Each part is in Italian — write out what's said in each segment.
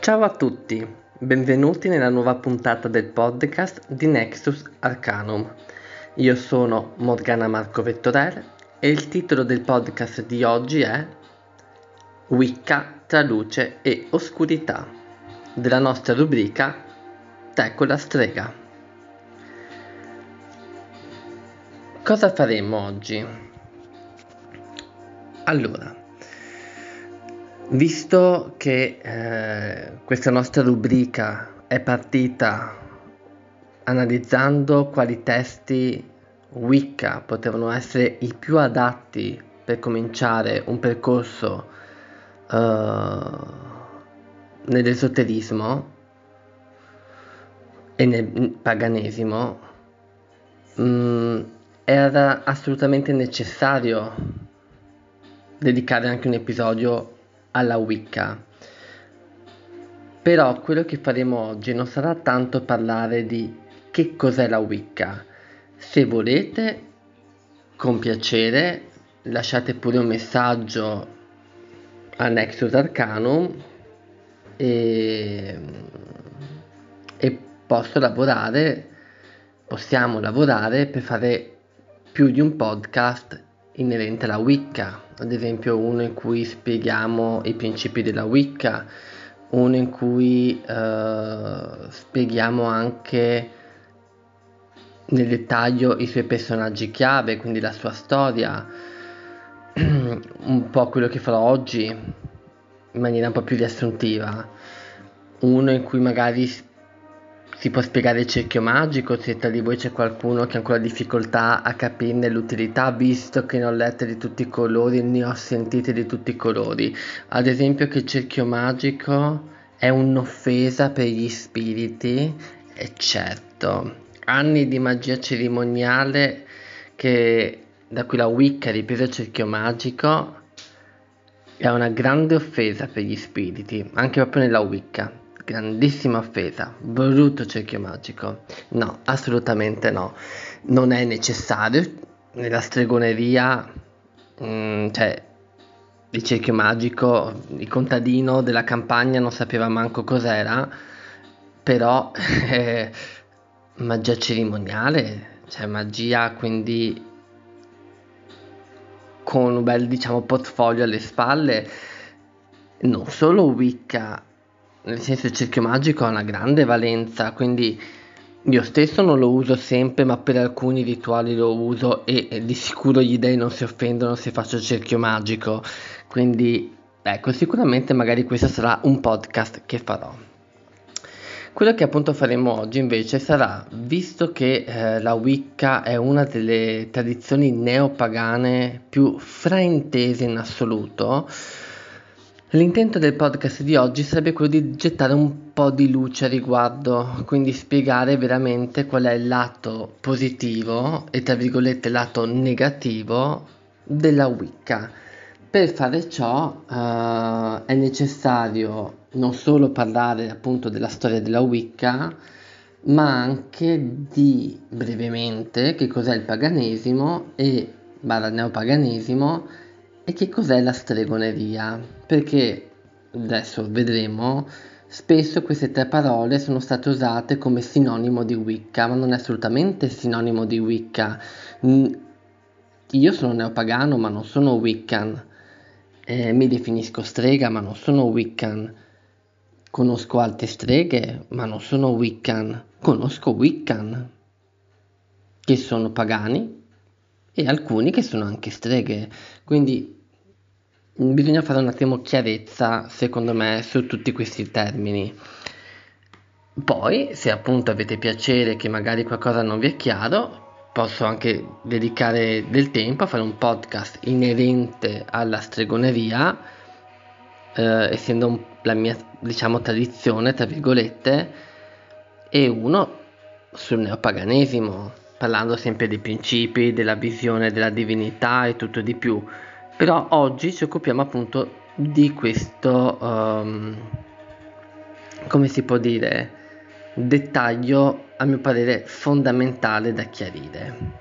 Ciao a tutti, benvenuti nella nuova puntata del podcast di Nexus Arcanum. Io sono Morgana Marco Vettorel e il titolo del podcast di oggi è Wicca tra luce e oscurità, della nostra rubrica Te con la strega. Cosa faremo oggi? Allora, visto che questa nostra rubrica è partita analizzando quali testi Wicca potevano essere i più adatti per cominciare un percorso nell'esoterismo e nel paganesimo, era assolutamente necessario dedicare anche un episodio alla Wicca. Però quello che faremo oggi non sarà tanto parlare di che cos'è la Wicca. Se volete, con piacere, lasciate pure un messaggio a Nexus Arcanum e possiamo lavorare per fare più di un podcast inerente alla Wicca, ad esempio uno in cui spieghiamo i principi della Wicca, uno in cui spieghiamo anche nel dettaglio i suoi personaggi chiave, quindi la sua storia, un po' quello che farò oggi in maniera un po' più riassuntiva, uno in cui magari si può spiegare il cerchio magico, se tra di voi c'è qualcuno che ha ancora difficoltà a capirne l'utilità, visto che ne ho lette di tutti i colori, ne ho sentite di tutti i colori. Ad esempio che il cerchio magico è un'offesa per gli spiriti, e certo, anni di magia cerimoniale da cui la Wicca ha ripreso il cerchio magico è una grande offesa per gli spiriti, anche proprio nella Wicca. Grandissima offesa, brutto cerchio magico. No, assolutamente no. Non è necessario. Nella stregoneria, cioè, il cerchio magico, il contadino della campagna non sapeva manco cos'era, però magia cerimoniale, cioè magia quindi con un bel, diciamo, portfolio alle spalle. Non solo Wicca, nel senso il cerchio magico ha una grande valenza, quindi io stesso non lo uso sempre, ma per alcuni rituali lo uso e di sicuro gli dei non si offendono se faccio il cerchio magico, quindi ecco, sicuramente magari questo sarà un podcast che farò. Quello che appunto faremo oggi invece sarà, visto che la Wicca è una delle tradizioni neopagane più fraintese in assoluto, l'intento del podcast di oggi sarebbe quello di gettare un po' di luce a riguardo, quindi spiegare veramente qual è il lato positivo e tra virgolette lato negativo della Wicca. Per fare ciò è necessario non solo parlare appunto della storia della Wicca, ma anche di brevemente che cos'è il paganesimo e neopaganesimo e che cos'è la stregoneria, perché adesso vedremo spesso queste tre parole sono state usate come sinonimo di Wicca, ma non è assolutamente sinonimo di Wicca. Io sono neopagano ma non sono Wiccan. Mi definisco strega ma non sono Wiccan. Conosco altre streghe ma non sono Wiccan. Conosco Wiccan che sono pagani e alcuni che sono anche streghe. Quindi bisogna fare un attimo chiarezza, secondo me, su tutti questi termini. Poi, se appunto avete piacere che magari qualcosa non vi è chiaro, posso anche dedicare del tempo a fare un podcast inerente alla stregoneria, essendo la mia, diciamo, tradizione, tra virgolette, e uno sul neopaganesimo, parlando sempre dei principi, della visione della divinità e tutto di più. Però oggi ci occupiamo appunto di questo, come si può dire, dettaglio a mio parere fondamentale da chiarire.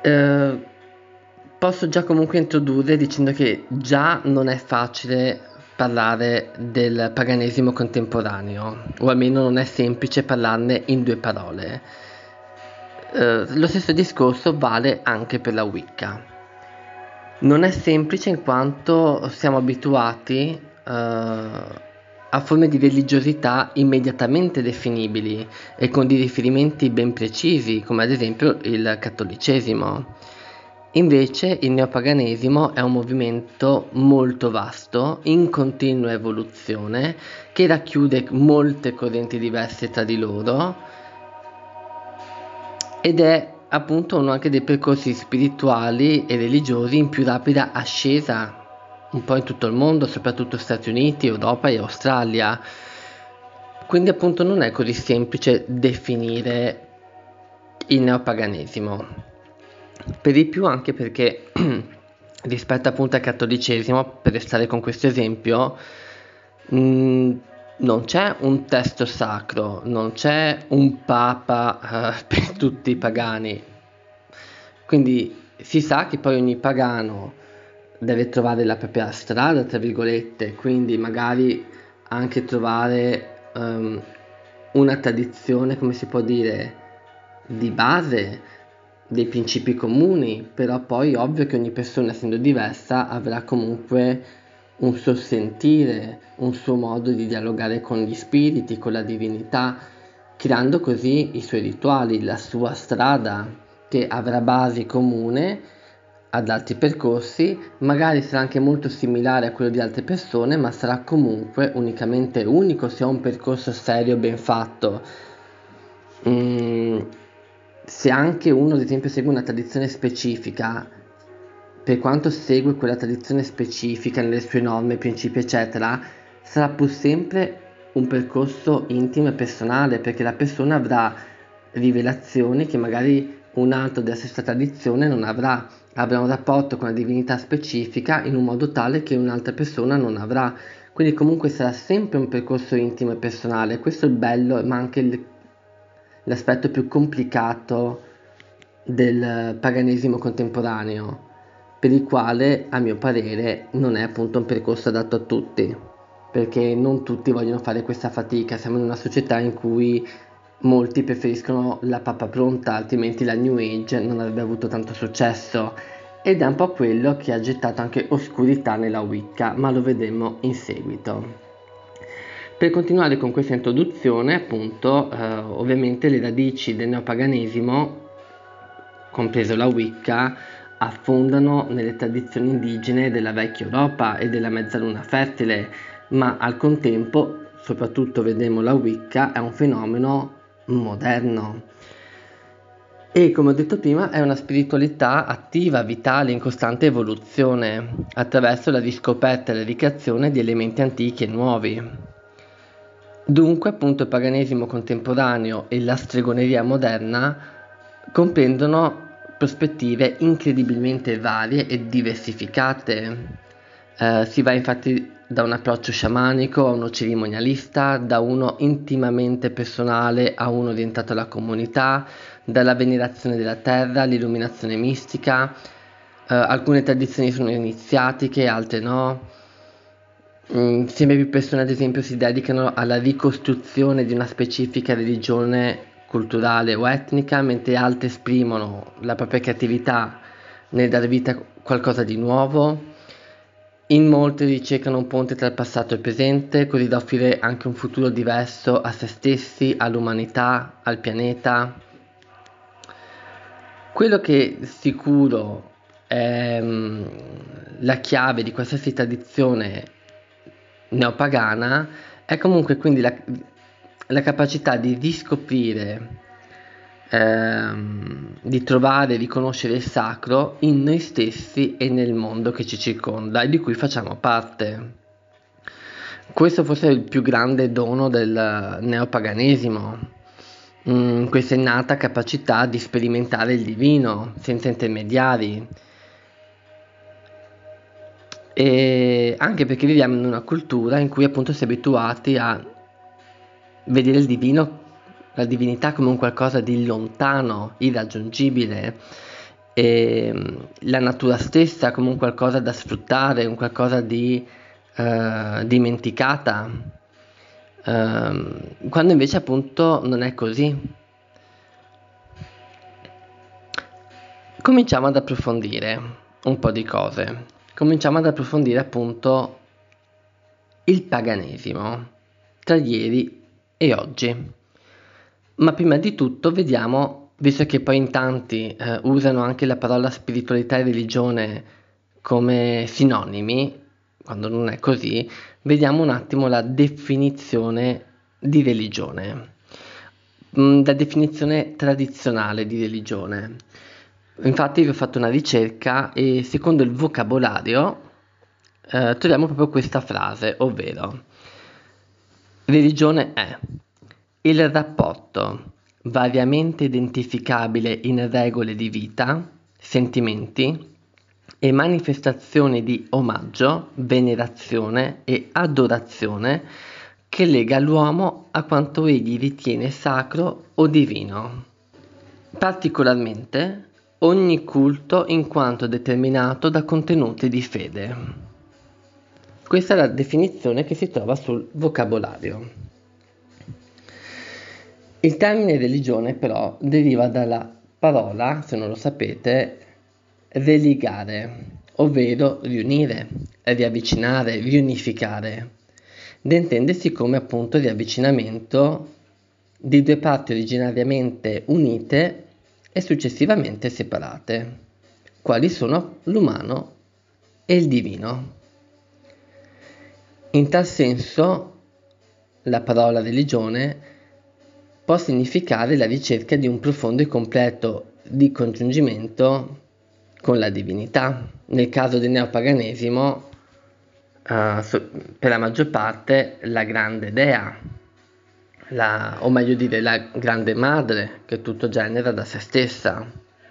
Posso già comunque introdurre dicendo che già non è facile parlare del paganesimo contemporaneo, o almeno non è semplice parlarne in due parole. Lo stesso discorso vale anche per la Wicca. Non è semplice in quanto siamo abituati a forme di religiosità immediatamente definibili e con dei riferimenti ben precisi, come ad esempio il cattolicesimo. Invece il neopaganesimo è un movimento molto vasto, in continua evoluzione, che racchiude molte correnti diverse tra di loro ed è appunto uno anche dei percorsi spirituali e religiosi in più rapida ascesa un po' in tutto il mondo, soprattutto Stati Uniti, Europa e Australia. Quindi appunto non è così semplice definire il neopaganesimo. Per di più anche perché rispetto appunto al cattolicesimo, per restare con questo esempio, non c'è un testo sacro, non c'è un papa per tutti i pagani. Quindi si sa che poi ogni pagano deve trovare la propria strada, tra virgolette, quindi magari anche trovare una tradizione, come si può dire, di base, dei principi comuni, però poi ovvio che ogni persona, essendo diversa, avrà comunque un suo sentire, un suo modo di dialogare con gli spiriti, con la divinità, creando così i suoi rituali, la sua strada, che avrà basi comune ad altri percorsi, magari sarà anche molto similare a quello di altre persone, ma sarà comunque unicamente unico se ha un percorso serio ben fatto. Se anche uno ad esempio segue una tradizione specifica, per quanto segue quella tradizione specifica nelle sue norme, principi eccetera, sarà pur sempre un percorso intimo e personale, perché la persona avrà rivelazioni che magari un altro della stessa tradizione non avrà un rapporto con la divinità specifica in un modo tale che un'altra persona non avrà. Quindi comunque sarà sempre un percorso intimo e personale. Questo è il bello, ma anche l'aspetto più complicato del paganesimo contemporaneo, per il quale a mio parere non è appunto un percorso adatto a tutti, perché non tutti vogliono fare questa fatica. Siamo in una società in cui molti preferiscono la pappa pronta, altrimenti la New Age non avrebbe avuto tanto successo, ed è un po' quello che ha gettato anche oscurità nella Wicca, ma lo vedremo in seguito. Per continuare con questa introduzione, appunto, ovviamente le radici del neopaganesimo, compreso la Wicca, affondano nelle tradizioni indigene della vecchia Europa e della mezzaluna fertile, ma al contempo, soprattutto vedremo la Wicca, è un fenomeno moderno. E come ho detto prima è una spiritualità attiva, vitale, in costante evoluzione, attraverso la riscoperta e la ricreazione di elementi antichi e nuovi. Dunque appunto il paganesimo contemporaneo e la stregoneria moderna comprendono prospettive incredibilmente varie e diversificate. Si va infatti da un approccio sciamanico a uno cerimonialista, da uno intimamente personale a uno orientato alla comunità, dalla venerazione della terra all'illuminazione mistica. Alcune tradizioni sono iniziatiche, altre no. Sempre più persone ad esempio si dedicano alla ricostruzione di una specifica religione culturale o etnica, mentre altre esprimono la propria creatività nel dare vita a qualcosa di nuovo. In molti ricercano un ponte tra il passato e il presente, così da offrire anche un futuro diverso a se stessi, all'umanità, al pianeta. Quello che sicuro è la chiave di qualsiasi tradizione neopagana è comunque quindi la capacità di riscoprire, di trovare e riconoscere il sacro in noi stessi e nel mondo che ci circonda e di cui facciamo parte. Questo forse è il più grande dono del neopaganesimo, questa innata capacità di sperimentare il divino senza intermediari. E anche perché viviamo in una cultura in cui appunto si è abituati a vedere il divino, la divinità come un qualcosa di lontano, irraggiungibile, e la natura stessa come un qualcosa da sfruttare, un qualcosa di dimenticata, quando invece appunto non è così. Cominciamo ad approfondire un po' di cose. Cominciamo ad approfondire appunto il paganesimo tra ieri e oggi. Ma prima di tutto vediamo, visto che poi in tanti usano anche la parola spiritualità e religione come sinonimi, quando non è così, vediamo un attimo la definizione di religione, la definizione tradizionale di religione. Infatti vi ho fatto una ricerca e secondo il vocabolario troviamo proprio questa frase, ovvero religione è il rapporto variamente identificabile in regole di vita, sentimenti e manifestazioni di omaggio, venerazione e adorazione che lega l'uomo a quanto egli ritiene sacro o divino. Particolarmente ogni culto in quanto determinato da contenuti di fede. Questa è la definizione che si trova sul vocabolario. Il termine religione però deriva dalla parola, se non lo sapete, religare, ovvero riunire, riavvicinare, riunificare, da intendersi come appunto riavvicinamento di due parti originariamente unite e successivamente separate, quali sono l'umano e il divino. In tal senso, la parola religione può significare la ricerca di un profondo e completo ricongiungimento con la divinità. Nel caso del neopaganesimo, per la maggior parte, la grande dea, o meglio dire la grande madre che tutto genera da se stessa.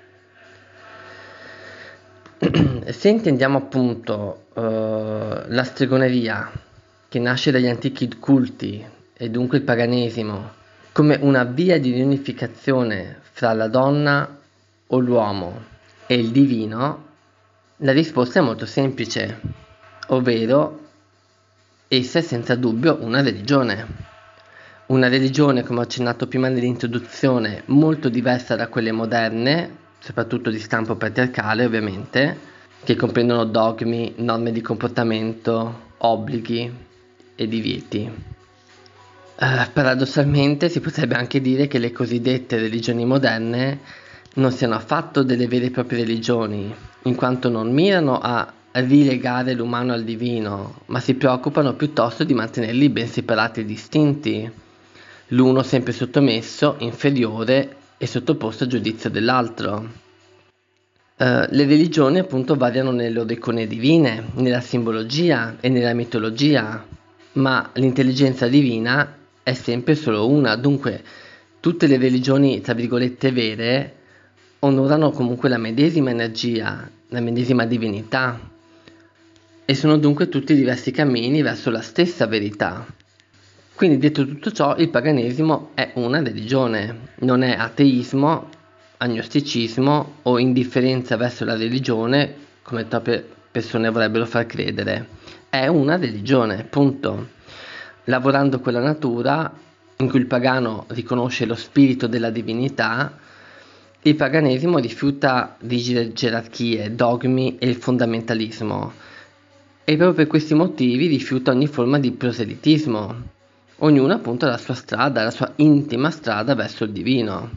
Se intendiamo appunto la stregoneria che nasce dagli antichi culti e dunque il paganesimo come una via di riunificazione fra la donna o l'uomo e il divino, la risposta è molto semplice, ovvero essa è senza dubbio una religione. Una religione, come ho accennato prima nell'introduzione, molto diversa da quelle moderne, soprattutto di stampo patriarcale ovviamente, che comprendono dogmi, norme di comportamento, obblighi e divieti. Paradossalmente si potrebbe anche dire che le cosiddette religioni moderne non siano affatto delle vere e proprie religioni, in quanto non mirano a rilegare l'umano al divino, ma si preoccupano piuttosto di mantenerli ben separati e distinti, l'uno sempre sottomesso, inferiore e sottoposto a giudizio dell'altro. Le religioni appunto variano nelle loro icone divine, nella simbologia e nella mitologia, ma l'intelligenza divina è sempre solo una, dunque tutte le religioni, tra virgolette, vere, onorano comunque la medesima energia, la medesima divinità, e sono dunque tutti diversi cammini verso la stessa verità. Quindi dietro tutto ciò il paganesimo è una religione, non è ateismo, agnosticismo o indifferenza verso la religione, come troppe persone vorrebbero far credere. È una religione, punto. Lavorando con la natura, in cui il pagano riconosce lo spirito della divinità, il paganesimo rifiuta rigide gerarchie, dogmi e il fondamentalismo, e proprio per questi motivi rifiuta ogni forma di proselitismo. Ognuno appunto ha la sua strada, la sua intima strada verso il divino.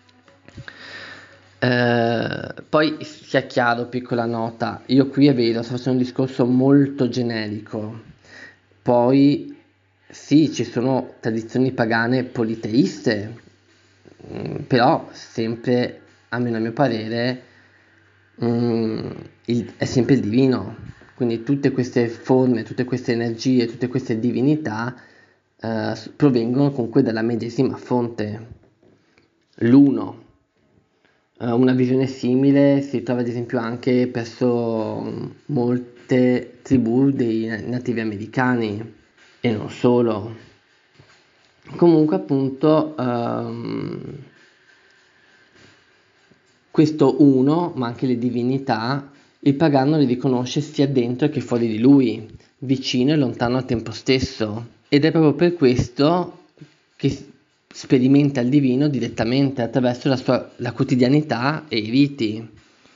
Poi sia chiaro, piccola nota, io qui è vero, sto facendo un discorso molto generico. Poi sì, ci sono tradizioni pagane politeiste, però sempre, almeno a mio parere, è sempre il divino. Quindi tutte queste forme, tutte queste energie, tutte queste divinità provengono comunque dalla medesima fonte, l'uno. Una visione simile si trova ad esempio anche presso molte tribù dei nativi americani e non solo. Comunque appunto questo uno, ma anche le divinità, il pagano le riconosce sia dentro che fuori di lui, vicino e lontano al tempo stesso, ed è proprio per questo che sperimenta il divino direttamente attraverso la quotidianità e i riti.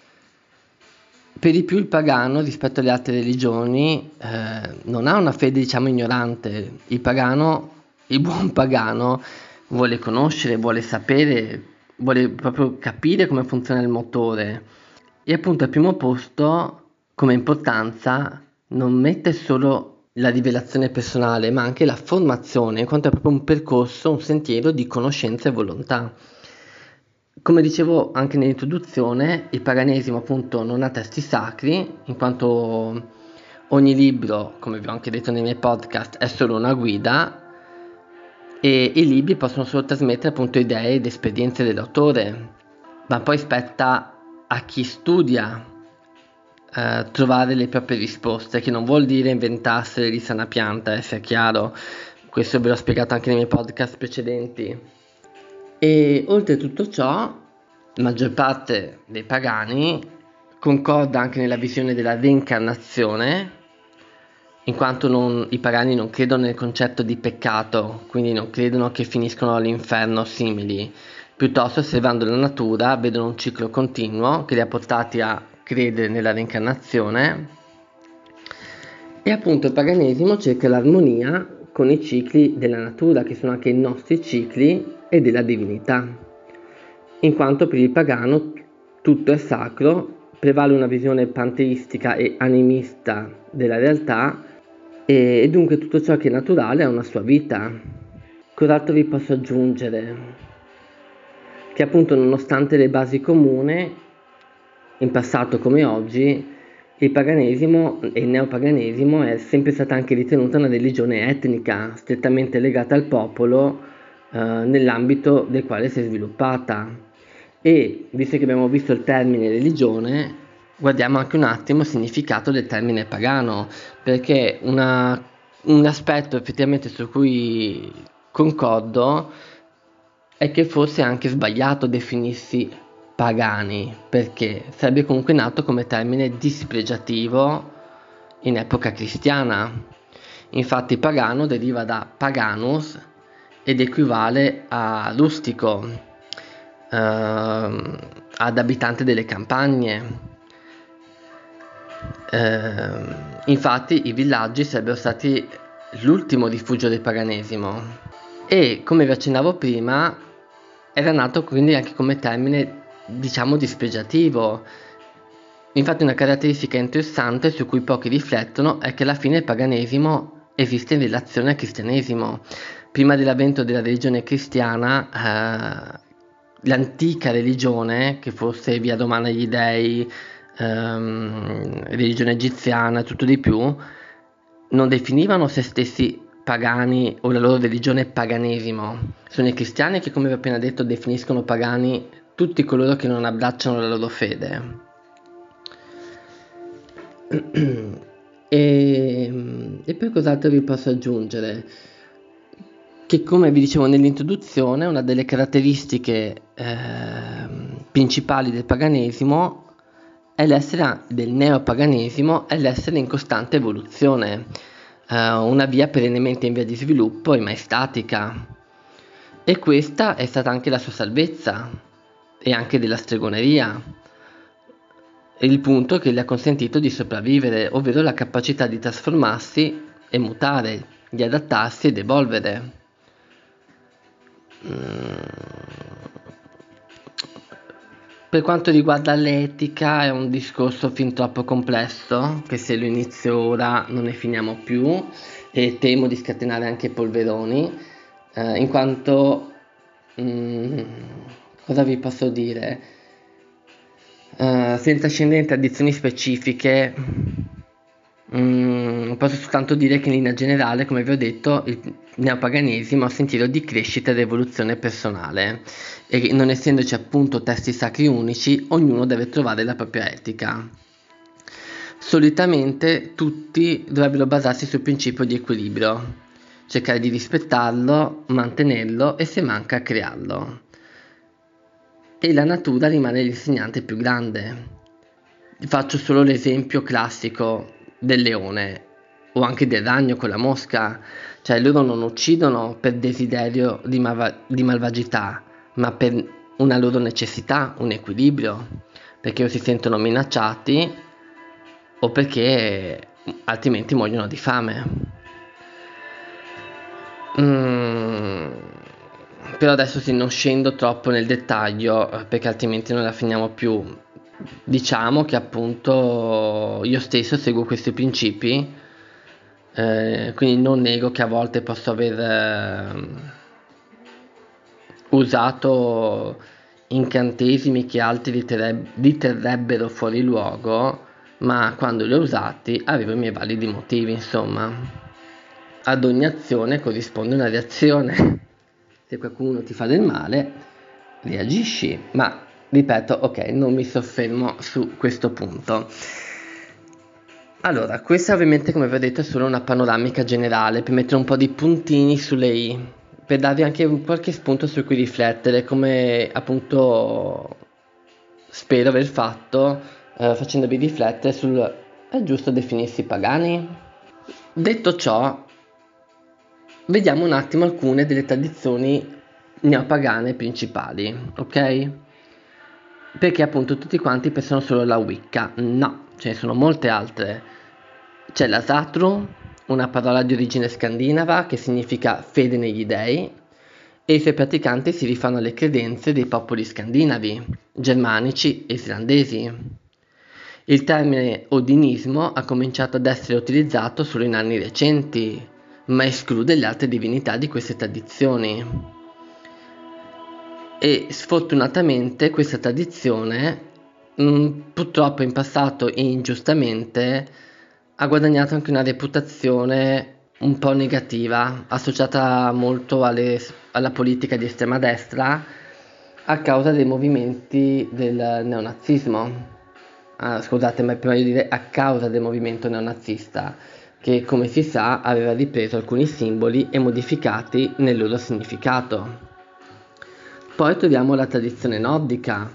Per di più il pagano rispetto alle altre religioni non ha una fede diciamo ignorante. Il buon pagano vuole conoscere, vuole sapere, vuole proprio capire come funziona il motore, e appunto al primo posto come importanza non mette solo la rivelazione personale, ma anche la formazione, in quanto è proprio un percorso, un sentiero di conoscenza e volontà. Come dicevo anche nell'introduzione, il paganesimo appunto non ha testi sacri, in quanto ogni libro, come vi ho anche detto nei miei podcast, è solo una guida, e i libri possono solo trasmettere appunto idee ed esperienze dell'autore, ma poi spetta a chi studia trovare le proprie risposte, che non vuol dire inventarsele di sana pianta, sia chiaro, questo ve l'ho spiegato anche nei miei podcast precedenti. E oltre tutto ciò, la maggior parte dei pagani concorda anche nella visione della reincarnazione, in quanto i pagani non credono nel concetto di peccato, quindi non credono che finiscono all'inferno simili, piuttosto osservando la natura vedono un ciclo continuo che li ha portati a credere nella reincarnazione, e appunto il paganesimo cerca l'armonia con i cicli della natura, che sono anche i nostri cicli, e della divinità, in quanto per il pagano tutto è sacro, prevale una visione panteistica e animista della realtà, e dunque tutto ciò che è naturale ha una sua vita. Cos'altro vi posso aggiungere? Che appunto nonostante le basi comuni, in passato come oggi, il paganesimo e il neopaganesimo è sempre stata anche ritenuta una religione etnica, strettamente legata al popolo nell'ambito del quale si è sviluppata. E visto che abbiamo visto il termine religione, guardiamo anche un attimo il significato del termine pagano, perché un aspetto effettivamente su cui concordo è che forse è anche sbagliato definirsi pagani, perché sarebbe comunque nato come termine dispregiativo in epoca cristiana. Infatti pagano deriva da paganus ed equivale a rustico, ad abitante delle campagne. Infatti i villaggi sarebbero stati l'ultimo rifugio del paganesimo, e come vi accennavo prima era nato quindi anche come termine diciamo dispregiativo. Infatti una caratteristica interessante su cui pochi riflettono è che alla fine il paganesimo esiste in relazione al cristianesimo. Prima dell'avvento della religione cristiana, l'antica religione, che fosse via romana agli dei, religione egiziana e tutto di più, non definivano se stessi pagani o la loro religione paganesimo. Sono i cristiani che, come vi ho appena detto, definiscono pagani tutti coloro che non abbracciano la loro fede. E poi cos'altro vi posso aggiungere? Che come vi dicevo nell'introduzione, una delle caratteristiche principali del paganesimo del neopaganesimo è l'essere in costante evoluzione, una via perennemente in via di sviluppo e mai statica. E questa è stata anche la sua salvezza, e anche della stregoneria, il punto che le ha consentito di sopravvivere, ovvero la capacità di trasformarsi e mutare, di adattarsi ed evolvere. Per quanto riguarda l'etica è un discorso fin troppo complesso, che se lo inizio ora non ne finiamo più, e temo di scatenare anche polveroni, in quanto cosa vi posso dire? Senza scendere in tradizioni specifiche, posso soltanto dire che in linea generale, come vi ho detto, il neopaganesimo è un sentiero di crescita ed evoluzione personale, e non essendoci appunto testi sacri unici, ognuno deve trovare la propria etica. Solitamente tutti dovrebbero basarsi sul principio di equilibrio, cercare di rispettarlo, mantenerlo e se manca crearlo. E la natura rimane l'insegnante più grande. Faccio solo l'esempio classico del leone. o anche del ragno con la mosca, cioè loro non uccidono per desiderio di malvagità, ma per una loro necessità, un equilibrio, perché o si sentono minacciati o perché altrimenti muoiono di fame. Però adesso sì, non scendo troppo nel dettaglio perché altrimenti non la finiamo più. Diciamo che appunto io stesso seguo questi principi, quindi non nego che a volte posso aver usato incantesimi che altri riterrebbero fuori luogo, ma quando li ho usati avevo i miei validi motivi, insomma. Ad ogni azione corrisponde una reazione. Se qualcuno ti fa del male, reagisci, ma ripeto, ok, non mi soffermo su questo punto. Allora, questa ovviamente, come vi ho detto, è solo una panoramica generale per mettere un po' di puntini sulle i, per darvi anche qualche spunto su cui riflettere, come appunto spero aver fatto, facendovi riflettere sul è giusto definirsi pagani? Detto ciò, vediamo un attimo alcune delle tradizioni neopagane principali, ok? Perché appunto tutti quanti pensano solo alla Wicca. No, ce ne sono molte altre. C'è la Satru, una parola di origine scandinava che significa fede negli dei, e i suoi praticanti si rifanno alle credenze dei popoli scandinavi, germanici e islandesi. Il termine odinismo ha cominciato ad essere utilizzato solo in anni recenti, ma esclude le altre divinità di queste tradizioni. E sfortunatamente questa tradizione, purtroppo in passato e ingiustamente, ha guadagnato anche una reputazione un po' negativa, associata molto alla politica di estrema destra a causa dei movimenti del neonazismo. Scusate, ma prima di dire a causa del movimento neonazista, che come si sa aveva ripreso alcuni simboli e modificati nel loro significato. Poi troviamo la tradizione nordica.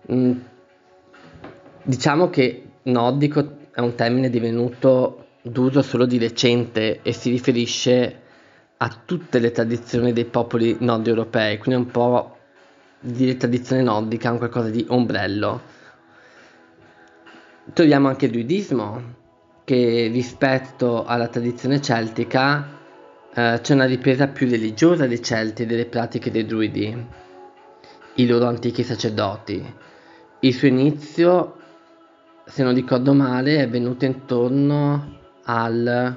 Diciamo che nordico è un termine divenuto d'uso solo di recente e si riferisce a tutte le tradizioni dei popoli nord europei, quindi è un po' dire tradizione nordica, un qualcosa di ombrello. Troviamo anche il druidismo, che rispetto alla tradizione celtica c'è una ripresa più religiosa dei Celti e delle pratiche dei druidi, i loro antichi sacerdoti. Il suo inizio, se non ricordo male, è venuto intorno al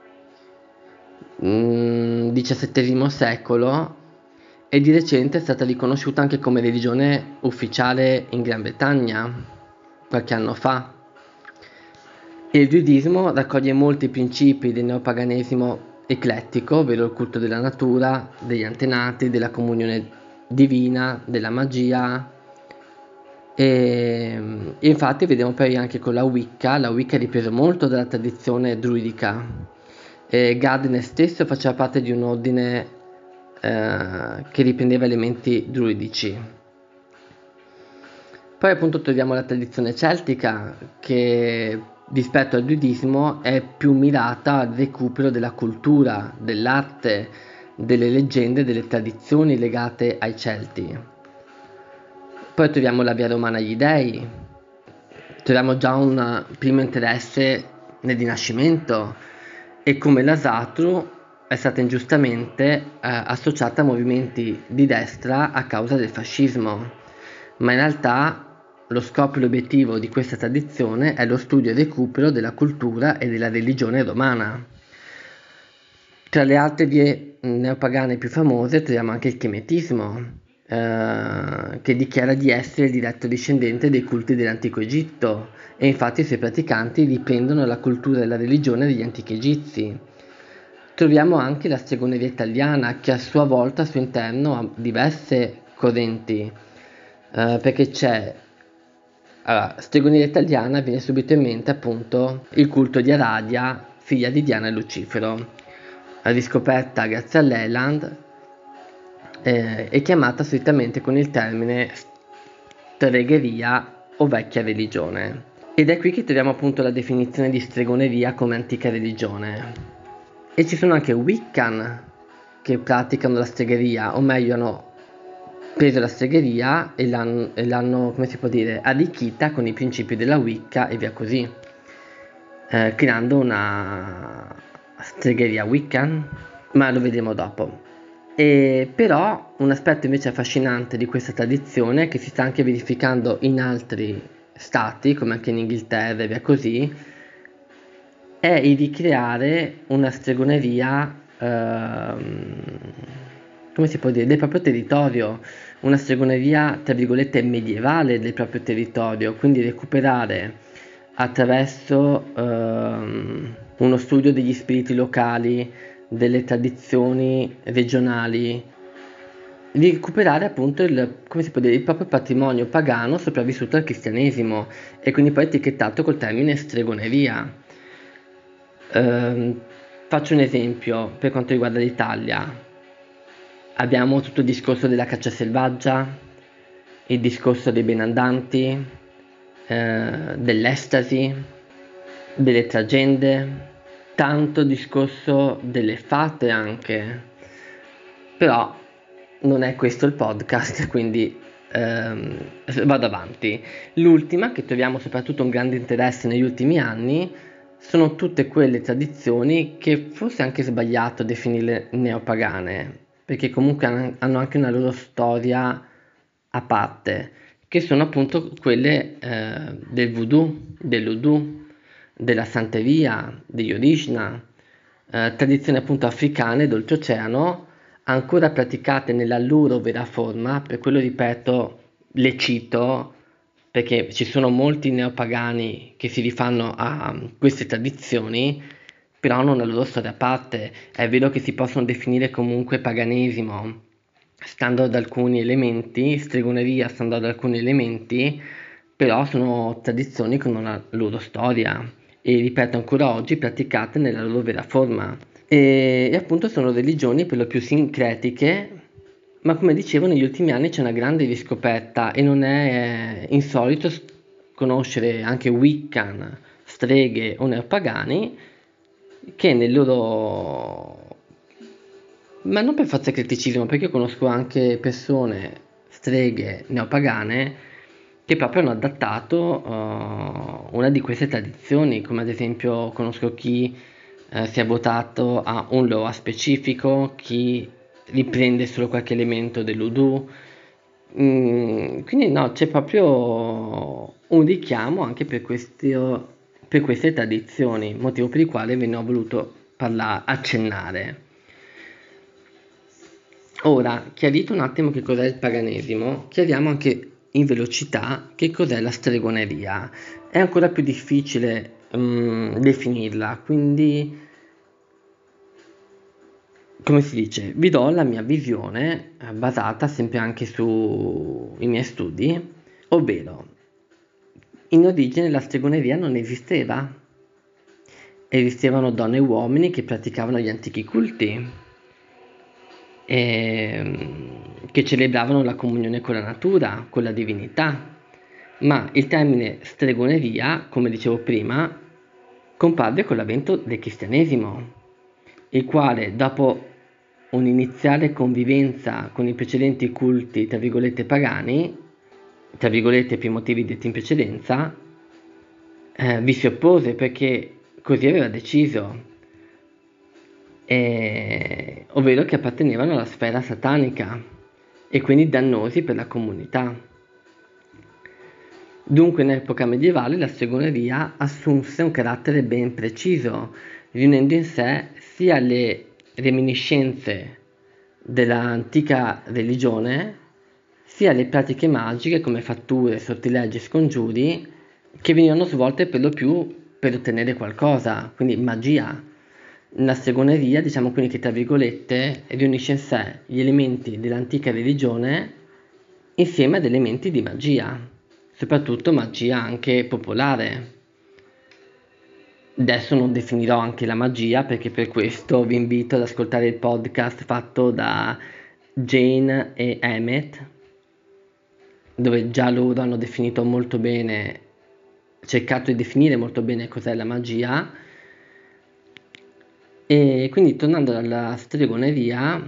XVII secolo e di recente è stata riconosciuta anche come religione ufficiale in Gran Bretagna, qualche anno fa. Il druidismo raccoglie molti principi del neopaganesimo eclettico, ovvero il culto della natura, degli antenati, della comunione divina, della magia. E infatti vediamo poi anche con la Wicca ha ripreso molto dalla tradizione druidica. Gardner stesso faceva parte di un ordine che riprendeva elementi druidici. Poi appunto troviamo la tradizione celtica che rispetto al druidismo è più mirata al recupero della cultura, dell'arte, delle leggende, delle tradizioni legate ai Celti. Poi troviamo la via romana agli dei, troviamo già un primo interesse nel Rinascimento e come la Satru è stata ingiustamente associata a movimenti di destra a causa del fascismo, ma in realtà lo scopo e l'obiettivo di questa tradizione è lo studio e il recupero della cultura e della religione romana. Tra le altre vie neopagane più famose troviamo anche il chemetismo, che dichiara di essere il diretto discendente dei culti dell'antico Egitto e infatti i suoi praticanti riprendono la cultura e la religione degli antichi egizi. Troviamo anche la stregoneria italiana che a sua volta al suo interno ha diverse correnti, perché c'è stregoneria italiana, viene subito in mente appunto il culto di Aradia, figlia di Diana e Lucifero, riscoperta grazie a Leland e chiamata solitamente con il termine stregheria o vecchia religione. Ed è qui che troviamo appunto la definizione di stregoneria come antica religione. E ci sono anche Wiccan che praticano la stregheria, o meglio hanno preso la stregheria e l'hanno, come si può dire, arricchita con i principi della Wicca e via così, creando una stregheria Wiccan, ma lo vedremo dopo. E però un aspetto invece affascinante di questa tradizione, che si sta anche verificando in altri stati, come anche in Inghilterra e via così, è il di creare una stregoneria, come si può dire, del proprio territorio, una stregoneria, tra virgolette, medievale del proprio territorio, quindi recuperare attraverso uno studio degli spiriti locali, delle tradizioni regionali, di recuperare appunto il, come si può dire, il proprio patrimonio pagano sopravvissuto al cristianesimo e quindi poi etichettato col termine stregoneria. Ehm, Faccio un esempio per quanto riguarda l'Italia. Abbiamo tutto il discorso della caccia selvaggia, il discorso dei benandanti, dell'estasi, delle tragedie, tanto discorso delle fate anche, però non è questo il podcast, quindi vado avanti. L'ultima, che troviamo soprattutto un grande interesse negli ultimi anni, sono tutte quelle tradizioni che forse è anche sbagliato definire neopagane, perché comunque hanno anche una loro storia a parte, che sono appunto quelle del voodoo, dell'udu, della santeria, degli orishna, tradizioni appunto africane d'oltreoceano, ancora praticate nella loro vera forma, per quello ripeto, le cito, perché ci sono molti neopagani che si rifanno a queste tradizioni, però hanno una loro storia a parte. È vero che si possono definire comunque paganesimo, stando ad alcuni elementi, stregoneria stando ad alcuni elementi, però sono tradizioni con una loro storia e ripeto ancora oggi praticate nella loro vera forma. E appunto sono religioni per lo più sincretiche, ma come dicevo negli ultimi anni c'è una grande riscoperta e non è insolito conoscere anche Wiccan, streghe o neopagani che nel loro, ma non per forza criticismo, perché io conosco anche persone, streghe neopagane, che proprio hanno adattato una di queste tradizioni, come ad esempio conosco chi si è votato a un Loa specifico, chi riprende solo qualche elemento dell'Udu. Quindi no, c'è proprio un richiamo anche per queste tradizioni, motivo per il quale ve ne ho voluto accennare. Ora, chiarito un attimo che cos'è il paganesimo, chiariamo anche in velocità che cos'è la stregoneria. È ancora più difficile definirla, quindi come si dice, vi do la mia visione basata sempre anche sui miei studi, ovvero in origine la stregoneria non esisteva. Esistevano donne e uomini che praticavano gli antichi culti, che celebravano la comunione con la natura, con la divinità, ma il termine stregoneria, come dicevo prima, comparve con l'avvento del cristianesimo, il quale dopo un'iniziale convivenza con i precedenti culti, tra virgolette, pagani, tra virgolette per i motivi detti in precedenza, vi si oppose perché così aveva deciso, ovvero che appartenevano alla sfera satanica e quindi dannosi per la comunità. Dunque in epoca medievale la stregoneria assunse un carattere ben preciso, riunendo in sé sia le reminiscenze dell'antica religione, sia le pratiche magiche come fatture, sortilegi e scongiuri che venivano svolte per lo più per ottenere qualcosa, quindi magia. La stregoneria, diciamo quindi che tra virgolette, riunisce in sé gli elementi dell'antica religione insieme ad elementi di magia, soprattutto magia anche popolare. Adesso non definirò anche la magia perché per questo vi invito ad ascoltare il podcast fatto da Jane e Emmett, dove già loro hanno definito molto bene cercato di definire molto bene cos'è la magia. E quindi tornando alla stregoneria,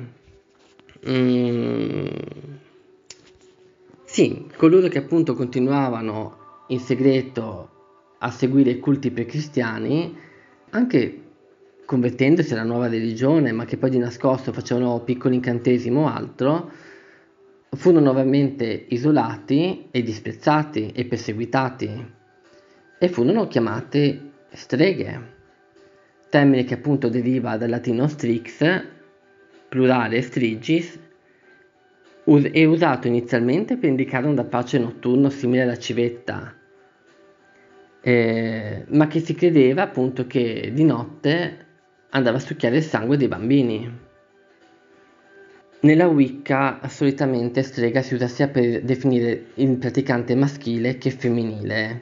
sì, coloro che appunto continuavano in segreto a seguire i culti precristiani, anche convertendosi alla nuova religione, ma che poi di nascosto facevano piccoli incantesimi o altro, furono nuovamente isolati e disprezzati e perseguitati e furono chiamate streghe, termine che appunto deriva dal latino strix, plurale strigis, è usato inizialmente per indicare un rapace notturno simile alla civetta, ma che si credeva appunto che di notte andava a succhiare il sangue dei bambini. Nella Wicca solitamente strega si usa sia per definire il praticante maschile che femminile.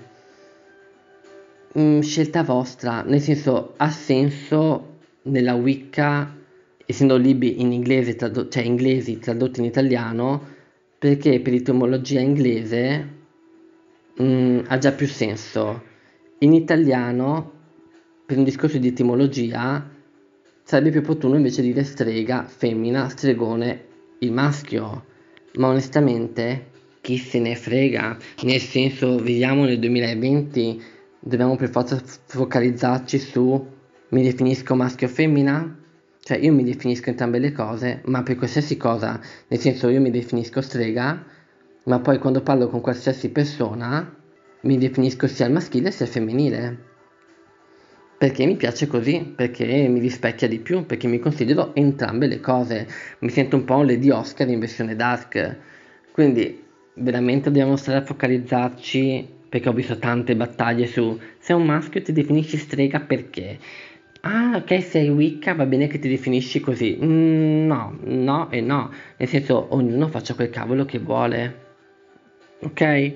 Scelta vostra, nel senso ha senso nella Wicca, essendo libri in inglese, cioè inglesi tradotti in italiano, perché per etimologia inglese ha già più senso. In italiano, per un discorso di etimologia, sarebbe più opportuno invece dire strega, femmina, stregone, il maschio. Ma onestamente, chi se ne frega? Nel senso, viviamo nel 2020, dobbiamo per forza focalizzarci su mi definisco maschio o femmina? Cioè io mi definisco entrambe le cose, ma per qualsiasi cosa, nel senso io mi definisco strega, ma poi quando parlo con qualsiasi persona mi definisco sia il maschile sia il femminile. Perché mi piace così, perché mi rispecchia di più, perché mi considero entrambe le cose. Mi sento un po' un Lady Oscar in versione dark. Quindi veramente dobbiamo stare a focalizzarci, perché ho visto tante battaglie su sei un maschio ti definisci strega perché? Ah, ok, sei Wicca, va bene che ti definisci così. No, no e no. Nel senso, ognuno faccia quel cavolo che vuole. Ok?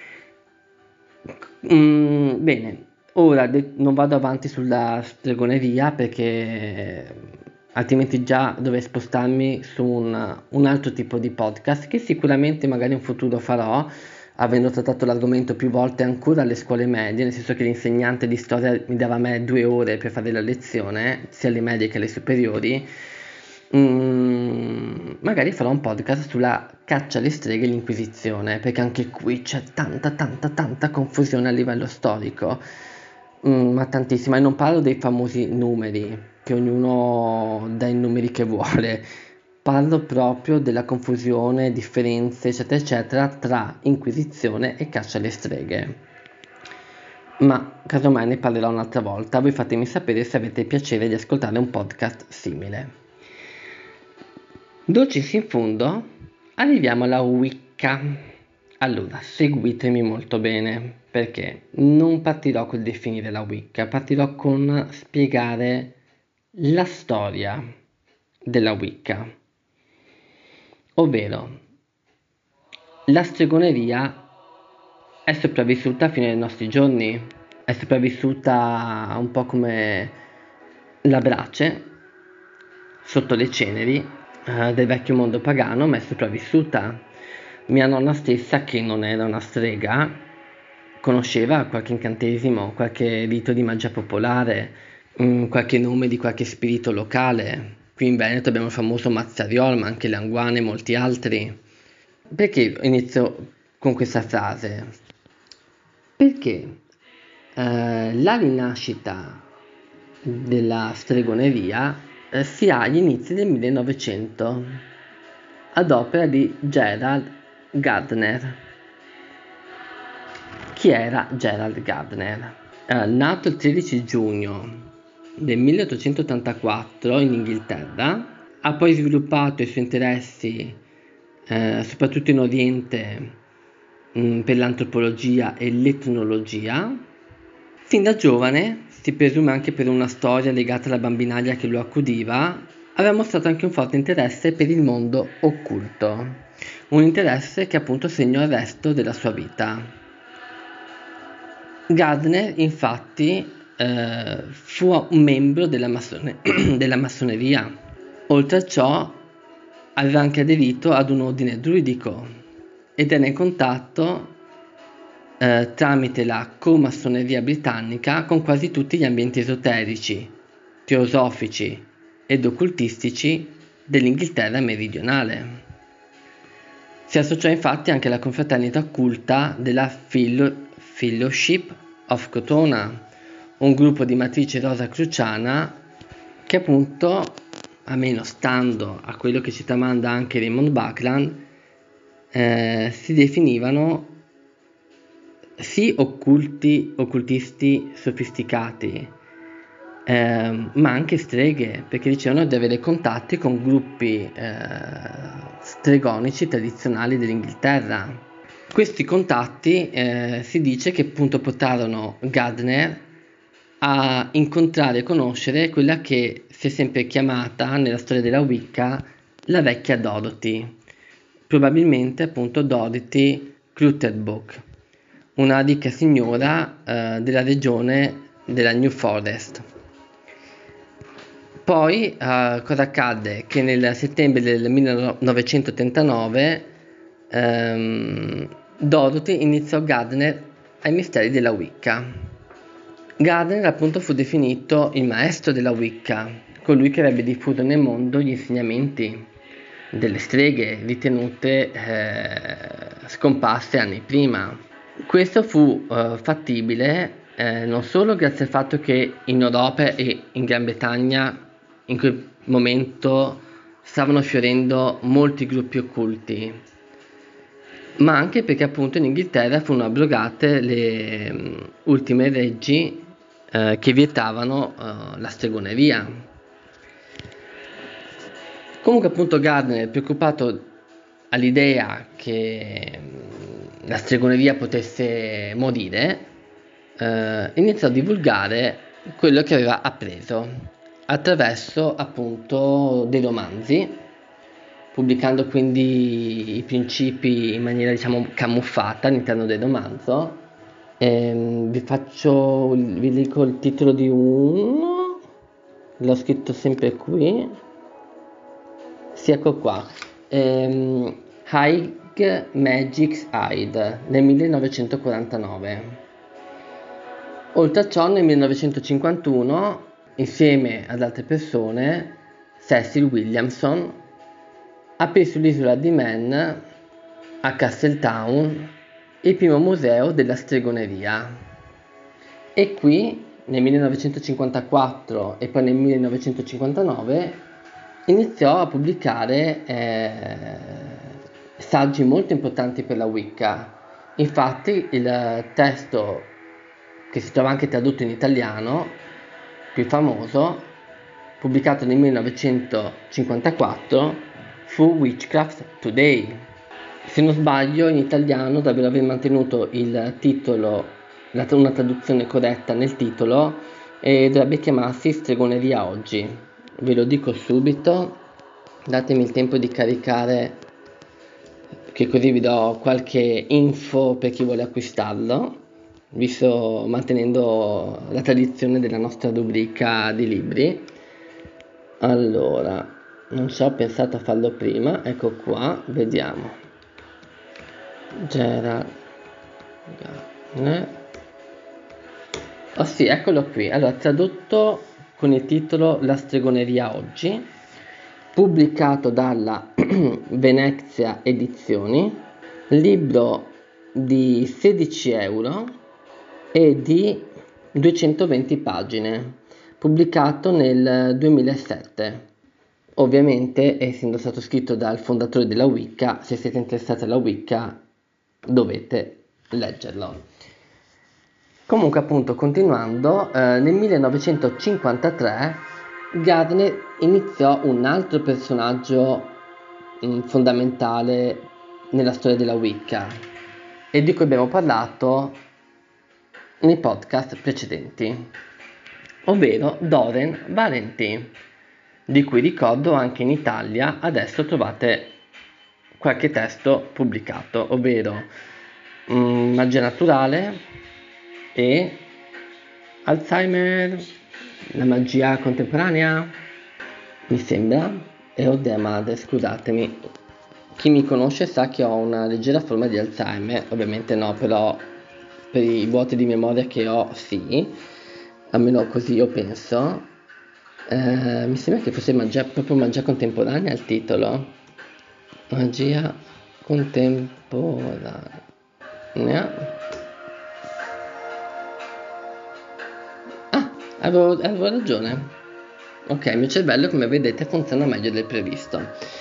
Bene, ora non vado avanti sulla stregoneria perché altrimenti già dovrei spostarmi su un altro tipo di podcast che sicuramente magari in futuro farò, avendo trattato l'argomento più volte ancora alle scuole medie, nel senso che l'insegnante di storia mi dava a me 2 ore per fare la lezione, sia alle medie che alle superiori. Magari farò un podcast sulla caccia alle streghe e l'Inquisizione, perché anche qui c'è tanta confusione a livello storico, ma tantissima, e non parlo dei famosi numeri, che ognuno dà i numeri che vuole, parlo proprio della confusione, differenze, eccetera, eccetera, tra Inquisizione e caccia alle streghe. Ma casomai ne parlerò un'altra volta, voi fatemi sapere se avete piacere di ascoltare un podcast simile. Dolcis in fondo, arriviamo alla Wicca. Allora, seguitemi molto bene, perché non partirò col definire la Wicca, partirò con spiegare la storia della Wicca. Ovvero, la stregoneria è sopravvissuta fino ai nostri giorni, è sopravvissuta un po' come la brace sotto le ceneri del vecchio mondo pagano, ma è sopravvissuta. Mia nonna stessa, che non era una strega, conosceva qualche incantesimo, qualche rito di magia popolare, qualche nome di qualche spirito locale. Qui in Veneto abbiamo il famoso Mazzariol, ma anche Languane e molti altri. Perché inizio con questa frase? Perché la rinascita della stregoneria si ha agli inizi del 1900 ad opera di Gerald Gardner. Chi era Gerald Gardner? Nato il 13 giugno del 1884 in Inghilterra, ha poi sviluppato i suoi interessi soprattutto in Oriente per l'antropologia e l'etnologia. Fin da giovane, si presume anche per una storia legata alla bambinaia che lo accudiva, aveva mostrato anche un forte interesse per il mondo occulto, un interesse che appunto segnò il resto della sua vita. Gardner, infatti, fu un membro della massoneria. Oltre a ciò, aveva anche aderito ad un ordine druidico ed era in contatto tramite la comassoneria britannica con quasi tutti gli ambienti esoterici, teosofici ed occultistici dell'Inghilterra meridionale. Si associò infatti anche alla confraternita occulta della Fellowship of Crotona, un gruppo di matrice rosacruciana che appunto, almeno stando a quello che ci tramanda anche Raymond Buckland, si definivano sì occultisti sofisticati, ma anche streghe, perché dicevano di avere contatti con gruppi stregonici tradizionali dell'Inghilterra. Questi contatti si dice che appunto portarono Gardner a incontrare e conoscere quella che si è sempre chiamata nella storia della Wicca la vecchia Dorothy, probabilmente appunto Dorothy Clutterbuck, una ricca signora della regione della New Forest. Poi cosa accadde? Che nel settembre del 1939 Dorothy iniziò Gardner ai misteri della Wicca. Gardner appunto fu definito il maestro della Wicca, colui che avrebbe diffuso nel mondo gli insegnamenti delle streghe ritenute scomparse anni prima. Questo fu fattibile non solo grazie al fatto che in Europa e in Gran Bretagna in quel momento stavano fiorendo molti gruppi occulti, ma anche perché appunto in Inghilterra furono abrogate le ultime leggi che vietavano la stregoneria. Comunque appunto Gardner, preoccupato all'idea che la stregoneria potesse morire, iniziò a divulgare quello che aveva appreso attraverso appunto dei romanzi, pubblicando quindi i principi in maniera diciamo camuffata all'interno del romanzo. Vi dico il titolo di uno, l'ho scritto sempre qui, sì, ecco qua, High Magic's Hide nel 1949. Oltre a ciò nel 1951, insieme ad altre persone, Cecil Williamson aprì sull'isola di Man a Castletown il primo museo della stregoneria, e qui nel 1954 e poi nel 1959 iniziò a pubblicare saggi molto importanti per la Wicca. Infatti il testo che si trova anche tradotto in italiano, più famoso, pubblicato nel 1954, fu Witchcraft Today. Se non sbaglio in italiano dovrebbero aver mantenuto il titolo, una traduzione corretta nel titolo, e dovrebbe chiamarsi Stregoneria Oggi. Ve lo dico subito, datemi il tempo di caricare, che così vi do qualche info per chi vuole acquistarlo, visto mantenendo la tradizione della nostra rubrica di libri. Allora, non ci ho pensato a farlo prima, ecco qua, vediamo. Gerald Gardner. Oh sì, eccolo qui. Allora, tradotto con il titolo La stregoneria oggi, pubblicato dalla Venezia Edizioni, libro di 16 euro e di 220 pagine, pubblicato nel 2007. Ovviamente, essendo stato scritto dal fondatore della Wicca, se siete interessati alla Wicca dovete leggerlo. Comunque appunto continuando, nel 1953 Gardner iniziò un altro personaggio fondamentale nella storia della Wicca e di cui abbiamo parlato nei podcast precedenti, ovvero Doreen Valentine, di cui ricordo anche in Italia adesso trovate qualche testo pubblicato, ovvero Magia naturale e Alzheimer, la magia contemporanea, mi sembra, e oddio madre, scusatemi, chi mi conosce sa che ho una leggera forma di Alzheimer, ovviamente no, però per i vuoti di memoria che ho, sì, almeno così io penso. Mi sembra che fosse proprio magia contemporanea il titolo. Magia contemporanea. Ah, avevo ragione. Ok, il mio cervello, come vedete, funziona meglio del previsto.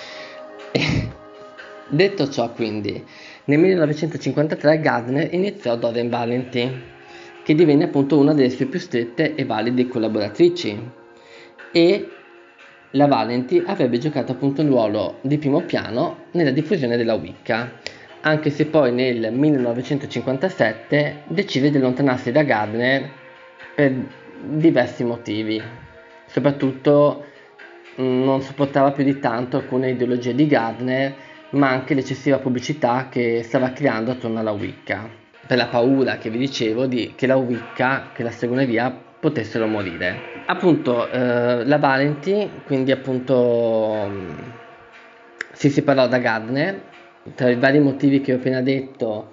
Detto ciò, quindi, nel 1953 Gardner iniziò Doreen Valenti, che divenne appunto una delle sue più strette e valide collaboratrici. E la Valenti avrebbe giocato appunto un ruolo di primo piano nella diffusione della Wicca, anche se poi nel 1957 decise di allontanarsi da Gardner per diversi motivi. Soprattutto non sopportava più di tanto alcune ideologie di Gardner, ma anche l'eccessiva pubblicità che stava creando attorno alla Wicca, per la paura che vi dicevo che la Wicca, che la stregoneria potessero morire. Appunto, la Valenti, quindi appunto si separò da Gardner, tra i vari motivi che ho appena detto,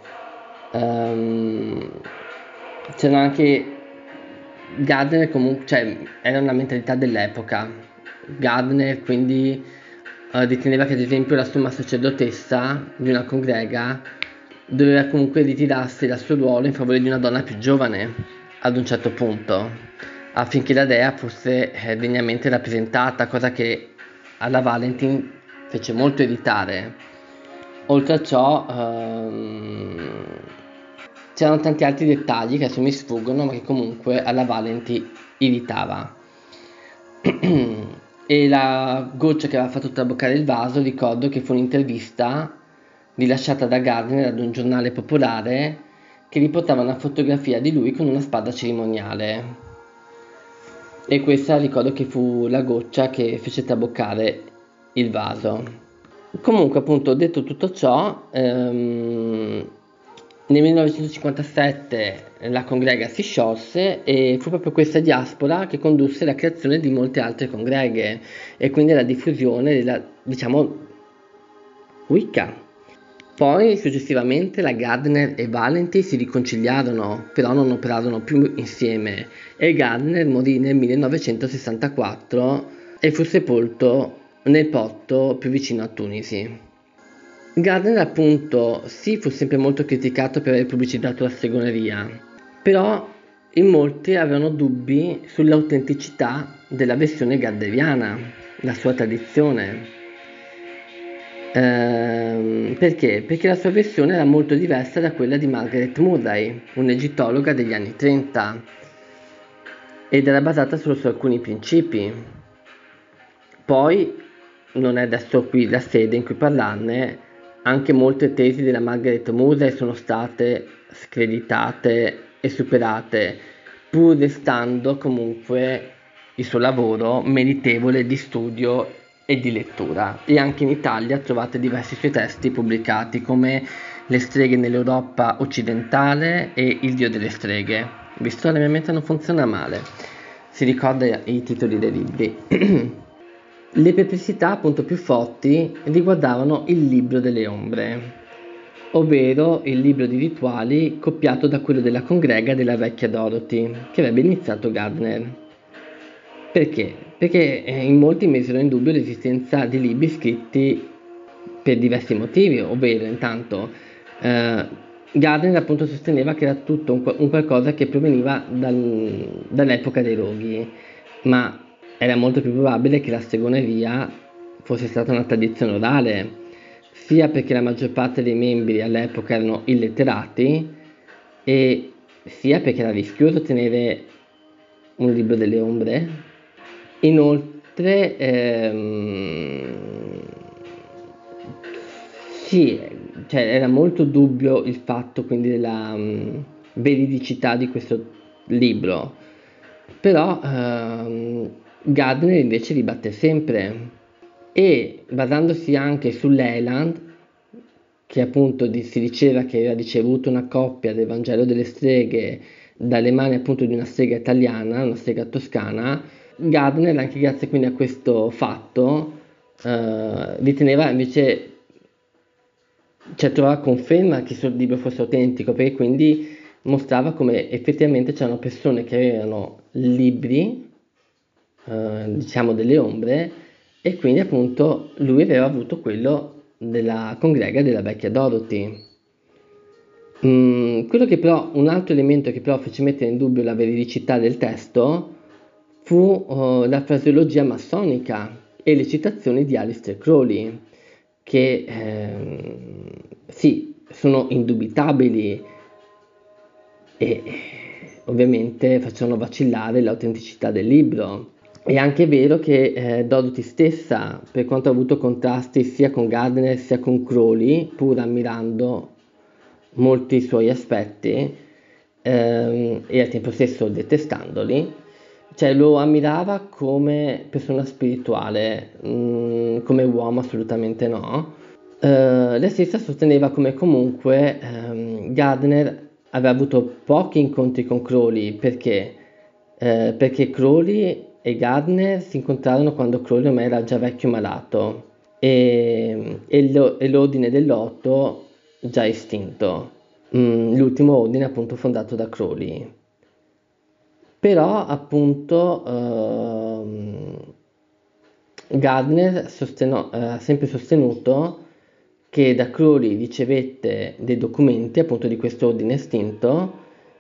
c'erano anche Gardner comunque, cioè era una mentalità dell'epoca. Gardner quindi riteneva che ad esempio la somma sacerdotessa di una congrega doveva comunque ritirarsi dal suo ruolo in favore di una donna più giovane ad un certo punto, affinché la dea fosse degnamente rappresentata, cosa che alla Valentin fece molto irritare. Oltre a ciò, c'erano tanti altri dettagli che adesso mi sfuggono, ma che comunque alla Valenti irritava. E la goccia che aveva fatto traboccare il vaso, ricordo che fu un'intervista rilasciata da Gardner ad un giornale popolare che riportava una fotografia di lui con una spada cerimoniale. E questa ricordo che fu la goccia che fece traboccare il vaso. Comunque, appunto, detto tutto ciò, nel 1957 la congrega si sciolse e fu proprio questa diaspora che condusse alla creazione di molte altre congreghe e quindi alla diffusione della, diciamo, Wicca. Poi successivamente la Gardner e Valenti si riconciliarono, però non operarono più insieme e Gardner morì nel 1964 e fu sepolto nel porto più vicino a Tunisi. Gardner appunto sì fu sempre molto criticato per aver pubblicizzato la stregoneria, però in molti avevano dubbi sull'autenticità della versione gardneriana, la sua tradizione. Perché? Perché la sua versione era molto diversa da quella di Margaret Murray, un'egittologa degli anni 30, ed era basata solo su alcuni principi. Poi, non è adesso qui la sede in cui parlarne, anche molte tesi della Margaret Murray sono state screditate e superate, pur restando comunque il suo lavoro meritevole di studio e di lettura. E anche in Italia trovate diversi suoi testi pubblicati come Le streghe nell'Europa occidentale e Il dio delle streghe. Visto che la mia mente non funziona male, si ricorda i titoli dei libri. Le perplessità appunto più forti riguardavano il libro delle ombre, ovvero il libro di rituali copiato da quello della congrega della vecchia Dorothy, che avrebbe iniziato Gardner. Perché? Perché in molti mesero in dubbio l'esistenza di libri scritti per diversi motivi, ovvero intanto Gardner appunto sosteneva che era tutto un qualcosa che proveniva dall'epoca dei roghi, ma era molto più probabile che la stregoneria fosse stata una tradizione orale, sia perché la maggior parte dei membri all'epoca erano illetterati e sia perché era rischioso tenere un libro delle ombre. Inoltre, sì, cioè era molto dubbio il fatto quindi della veridicità di questo libro, però Gardner invece ribatte sempre e basandosi anche sull'Eland, che appunto si diceva che aveva ricevuto una copia del Vangelo delle streghe dalle mani appunto di una strega italiana, una strega toscana, Gardner anche grazie quindi a questo fatto riteneva invece, cioè trovava conferma che il suo libro fosse autentico, perché quindi mostrava come effettivamente c'erano persone che avevano libri, diciamo delle ombre, e quindi appunto lui aveva avuto quello della congrega della vecchia Dorothy. Quello che però, un altro elemento che però fece mettere in dubbio la veridicità del testo fu la fraseologia massonica e le citazioni di Aleister Crowley, che sì, sono indubitabili e ovviamente facevano vacillare l'autenticità del libro. È anche vero che Dorothy stessa, per quanto ha avuto contrasti sia con Gardner sia con Crowley, pur ammirando molti suoi aspetti e al tempo stesso detestandoli, cioè lo ammirava come persona spirituale, come uomo assolutamente no. Lei stessa sosteneva come comunque Gardner aveva avuto pochi incontri con Crowley perché Crowley e Gardner si incontrarono quando Crowley ormai era già vecchio malato e l'ordine dell'otto già estinto, l'ultimo ordine appunto fondato da Crowley. Però appunto Gardner ha sempre sostenuto che da Crowley ricevette dei documenti appunto di questo ordine estinto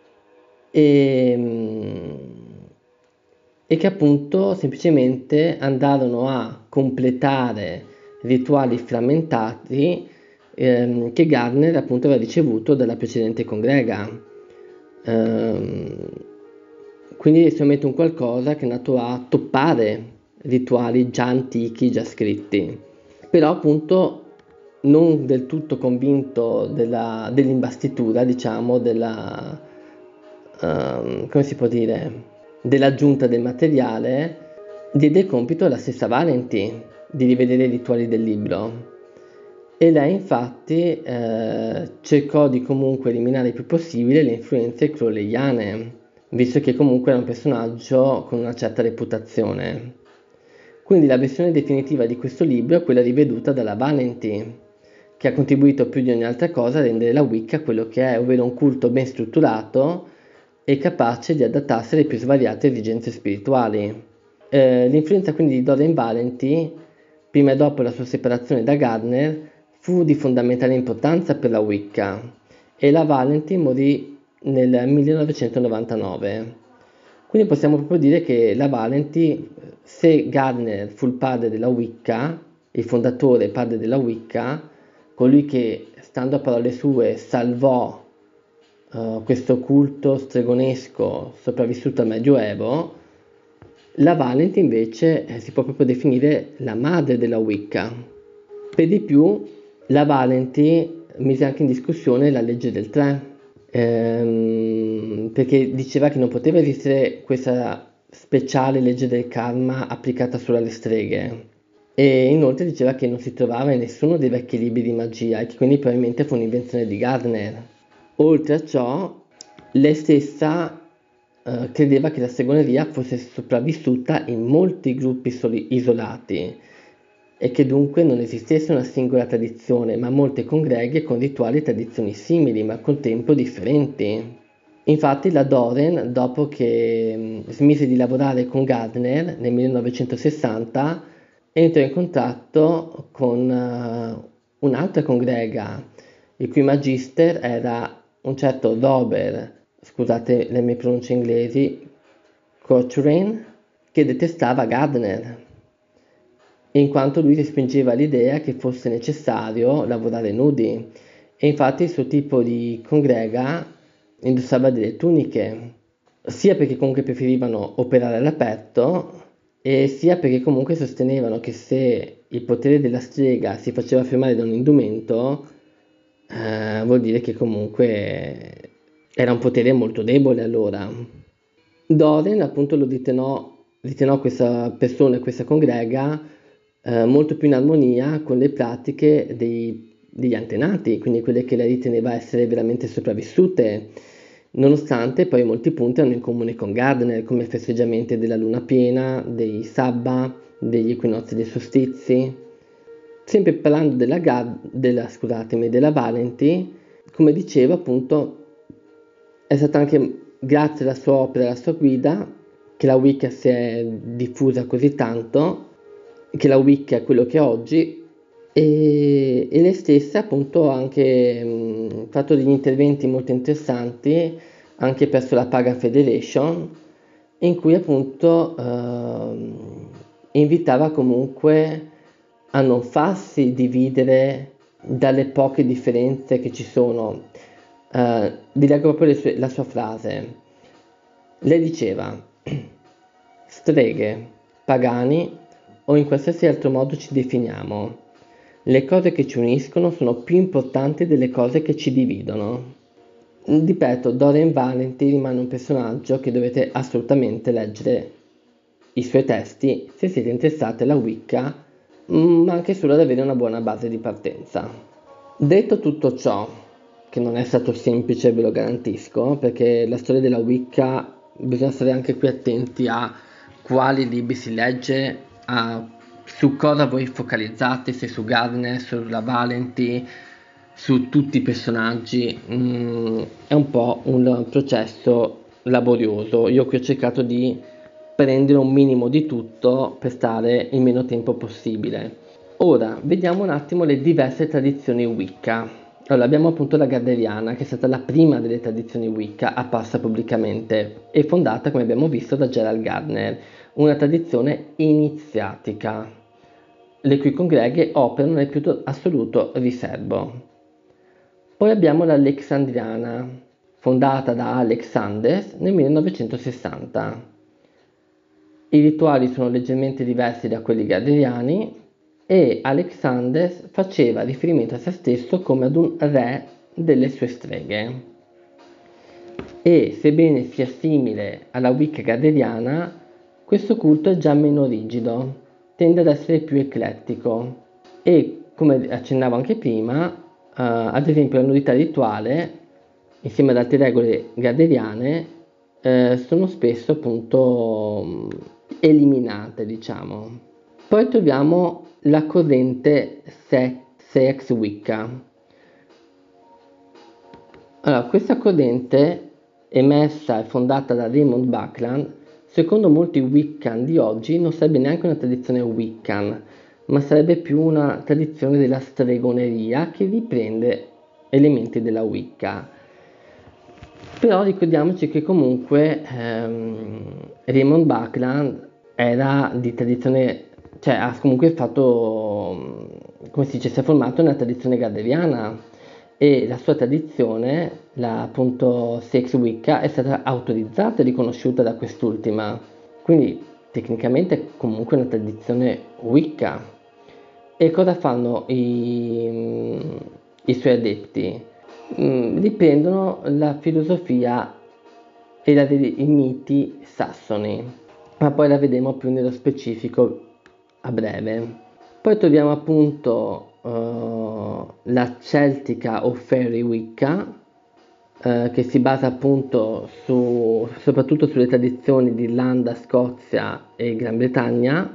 e, e che appunto semplicemente andarono a completare rituali frammentati che Gardner appunto aveva ricevuto dalla precedente congrega. Ehm, quindi è solamente un qualcosa che è nato a toppare rituali già antichi, già scritti. Però appunto non del tutto convinto dell'imbastitura, diciamo, come si può dire, dell'aggiunta del materiale, diede compito alla stessa Valenti di rivedere i rituali del libro. E lei infatti cercò di comunque eliminare il più possibile le influenze crowleyane, visto che comunque era un personaggio con una certa reputazione. Quindi la versione definitiva di questo libro è quella riveduta dalla Valenti, che ha contribuito più di ogni altra cosa a rendere la Wicca quello che è, ovvero un culto ben strutturato e capace di adattarsi alle più svariate esigenze spirituali. L'influenza quindi di Doreen Valenti, prima e dopo la sua separazione da Gardner, fu di fondamentale importanza per la Wicca e la Valenti morì nel 1999. Quindi possiamo proprio dire che la Valenti, se Gardner fu il padre della Wicca, il fondatore e padre della Wicca, colui che, stando a parole sue, salvò questo culto stregonesco sopravvissuto al Medioevo, la Valenti invece si può proprio definire la madre della Wicca. Per di più, la Valenti mise anche in discussione la legge del 3, perché diceva che non poteva esistere questa speciale legge del karma applicata solo alle streghe. E inoltre diceva che non si trovava in nessuno dei vecchi libri di magia e che quindi probabilmente fu un'invenzione di Gardner. Oltre a ciò, lei stessa credeva che la stregoneria fosse sopravvissuta in molti gruppi isolati e che dunque non esistesse una singola tradizione, ma molte congreghe con rituali e tradizioni simili, ma col tempo differenti. Infatti la Doren, dopo che smise di lavorare con Gardner nel 1960, entrò in contatto con un'altra congrega, il cui magister era un certo Robert, scusate le mie pronunce inglesi, Cochrane, che detestava Gardner, in quanto lui respingeva l'idea che fosse necessario lavorare nudi, e infatti il suo tipo di congrega indossava delle tuniche, sia perché comunque preferivano operare all'aperto, e sia perché comunque sostenevano che se il potere della strega si faceva fermare da un indumento, vuol dire che comunque era un potere molto debole allora. Doren appunto ritenò questa persona, questa congrega, molto più in armonia con le pratiche degli antenati, quindi quelle che lei riteneva essere veramente sopravvissute, nonostante poi molti punti hanno in comune con Gardner, come i festeggiamenti della luna piena, dei sabba, degli equinozi dei solstizi. Sempre parlando scusatemi, della Valenti, come dicevo appunto, È stato anche grazie alla sua opera, alla sua guida, che la Wicca si è diffusa così tanto, che la Wicca è quello che è oggi, e lei stessa appunto ha anche fatto degli interventi molto interessanti anche presso la Pagan Federation, in cui appunto invitava comunque a non farsi dividere dalle poche differenze che ci sono. Vi leggo proprio la sua frase. Lei diceva: streghe, pagani o in qualsiasi altro modo ci definiamo, le cose che ci uniscono sono più importanti delle cose che ci dividono. Ripeto, Dorian Valenti rimane un personaggio che dovete assolutamente leggere i suoi testi se siete interessati alla Wicca, ma anche solo ad avere una buona base di partenza. Detto tutto ciò, che non è stato semplice, ve lo garantisco, perché la storia della Wicca bisogna stare anche qui attenti a quali libri si legge, su cosa voi focalizzate, se su Gardner, sulla Valenti, su tutti i personaggi. È un po' un processo laborioso. Io qui ho cercato di prendere un minimo di tutto per stare il meno tempo possibile. Ora, vediamo un attimo le diverse tradizioni Wicca. Allora, abbiamo appunto la Gardneriana, che è stata la prima delle tradizioni Wicca apparsa pubblicamente e fondata, come abbiamo visto, da Gerald Gardner, una tradizione iniziatica, le cui congreghe operano nel più assoluto riservo. Poi abbiamo l'Alexandriana, fondata da Alex Sanders nel 1960. I rituali sono leggermente diversi da quelli gardneriani e Alex Sanders faceva riferimento a se stesso come ad un re delle sue streghe. E sebbene sia simile alla Wicca gardneriana, questo culto è già meno rigido, tende ad essere più eclettico e, come accennavo anche prima, ad esempio la nudità rituale, insieme ad altre regole gardneriane, sono spesso appunto eliminate, diciamo. Poi troviamo la corrente Sex Wicca. Allora, questa corrente, emessa e fondata da Raymond Buckland, secondo molti Wiccan di oggi non sarebbe neanche una tradizione Wiccan, ma sarebbe più una tradizione della stregoneria che riprende elementi della Wicca. Però ricordiamoci che comunque Raymond Buckland era di tradizione, cioè ha comunque fatto, come si dice, si è formato nella tradizione gardneriana e la sua tradizione, la appunto Sex Wicca, è stata autorizzata e riconosciuta da quest'ultima. Quindi tecnicamente è comunque una tradizione Wicca. E cosa fanno i suoi adepti? Riprendono la filosofia e i miti sassoni, ma poi la vedremo più nello specifico a breve. Poi troviamo appunto la celtica o fairy Wicca, che si basa appunto soprattutto sulle tradizioni di Irlanda, Scozia e Gran Bretagna,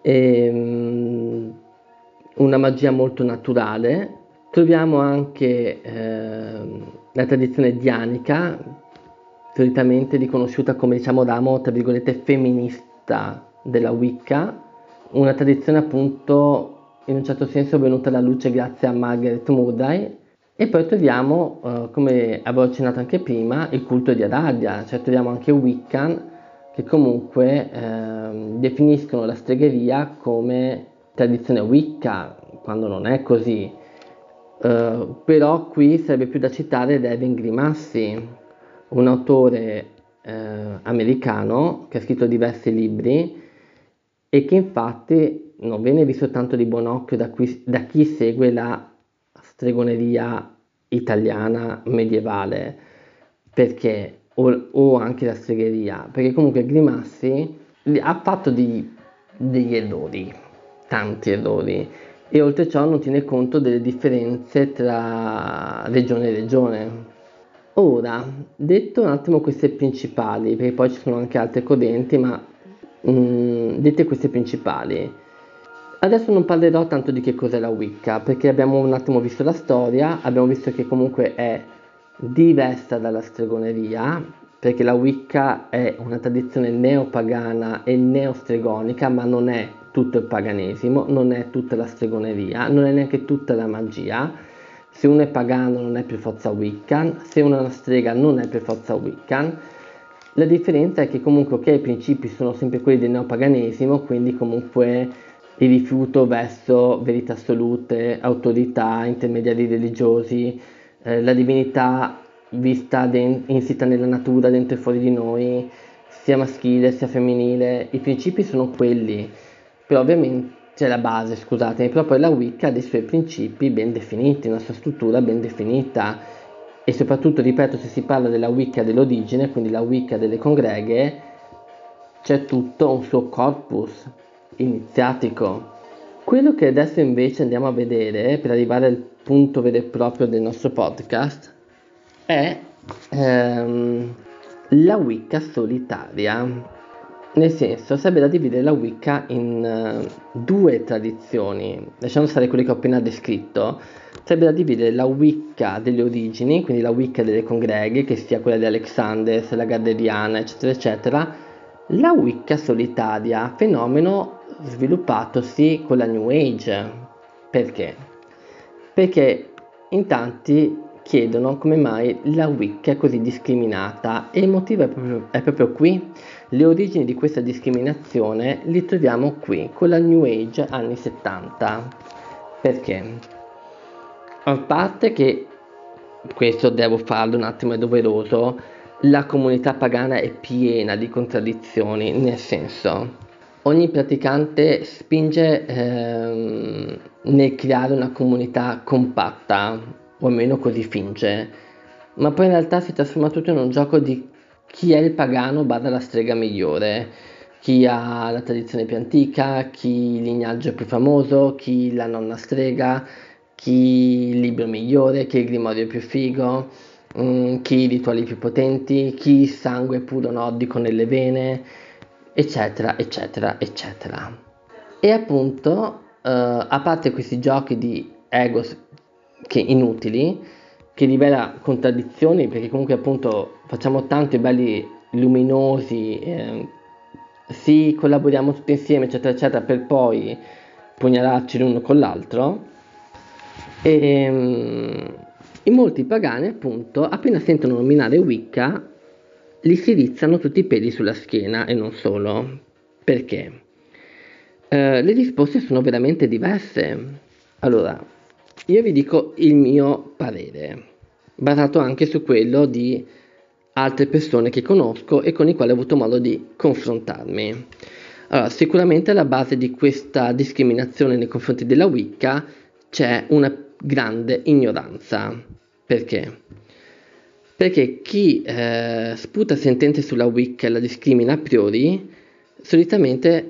e una magia molto naturale. Troviamo anche la tradizione dianica, solitamente riconosciuta come diciamo ramo tra virgolette femminista della Wicca, una tradizione appunto in un certo senso venuta alla luce grazie a Margaret Murray. E poi troviamo, come avevo accennato anche prima, il culto di Aradia, cioè troviamo anche Wiccan che comunque definiscono la stregheria come tradizione Wicca, quando non è così. Però qui sarebbe più da citare Devin Grimassi, un autore americano che ha scritto diversi libri e che infatti non viene visto tanto di buon occhio da chi segue la stregoneria italiana medievale, perché o anche la stregheria, perché comunque Grimassi ha fatto degli errori, tanti errori, e oltre ciò non tiene conto delle differenze tra regione e regione. Ora, detto un attimo queste principali, perché poi ci sono anche altre correnti, ma dette queste principali, adesso non parlerò tanto di che cos'è la Wicca, perché abbiamo un attimo visto la storia, abbiamo visto che comunque è diversa dalla stregoneria, perché la Wicca è una tradizione neopagana e neostregonica, ma non è tutto il paganesimo, non è tutta la stregoneria, non è neanche tutta la magia. Se uno è pagano non è per forza Wiccan, se uno è una strega non è per forza Wiccan. La differenza è che comunque i principi sono sempre quelli del neopaganesimo, quindi comunque il rifiuto verso verità assolute, autorità, intermediari religiosi, la divinità vista insita nella natura, dentro e fuori di noi, sia maschile sia femminile. I principi sono quelli, però ovviamente c'è la base, scusatemi, però poi la Wicca ha dei suoi principi ben definiti, una sua struttura ben definita, e soprattutto, ripeto, se si parla della Wicca dell'origine, quindi la Wicca delle congreghe, c'è tutto un suo corpus iniziatico. Quello che adesso invece andiamo a vedere, per arrivare al punto vero e proprio del nostro podcast, è la Wicca solitaria. Nel senso, sarebbe da dividere la Wicca in due tradizioni, lasciando stare quelle che ho appena descritto. Sarebbe da dividere la Wicca delle origini, quindi la Wicca delle congreghe, che sia quella di Alexander, la Gardneriana, eccetera, eccetera, la Wicca solitaria, fenomeno sviluppatosi con la New Age. Perché? Perché in tanti chiedono come mai la Wicca è così discriminata, e il motivo è proprio qui. Le origini di questa discriminazione li troviamo qui, con la New Age anni 70. Perché? A parte che, questo devo farlo un attimo, è doveroso, la comunità pagana è piena di contraddizioni, nel senso, ogni praticante spinge nel creare una comunità compatta, o almeno così finge, ma poi in realtà si trasforma tutto in un gioco di chi è il pagano barra la strega migliore, chi ha la tradizione più antica, chi il lignaggio più famoso, chi la nonna strega, chi il libro migliore, chi il grimorio più figo, chi i rituali più potenti, chi il sangue puro nordico nelle vene, eccetera, eccetera, eccetera. E appunto, a parte questi giochi di ego che inutili, che rivela contraddizioni, perché comunque appunto facciamo tanti belli luminosi, sì, collaboriamo tutti insieme, eccetera, eccetera, per poi pugnalarci l'uno con l'altro. E in molti pagani, appunto, appena sentono nominare Wicca, gli si rizzano tutti i peli sulla schiena, e non solo. Perché? Le risposte sono veramente diverse. Allora, io vi dico il mio parere, basato anche su quello di altre persone che conosco e con i quali ho avuto modo di confrontarmi. Allora, sicuramente alla base di questa discriminazione nei confronti della Wicca c'è una grande ignoranza. Perché? Perché chi sputa sentenze sulla Wicca e la discrimina a priori, solitamente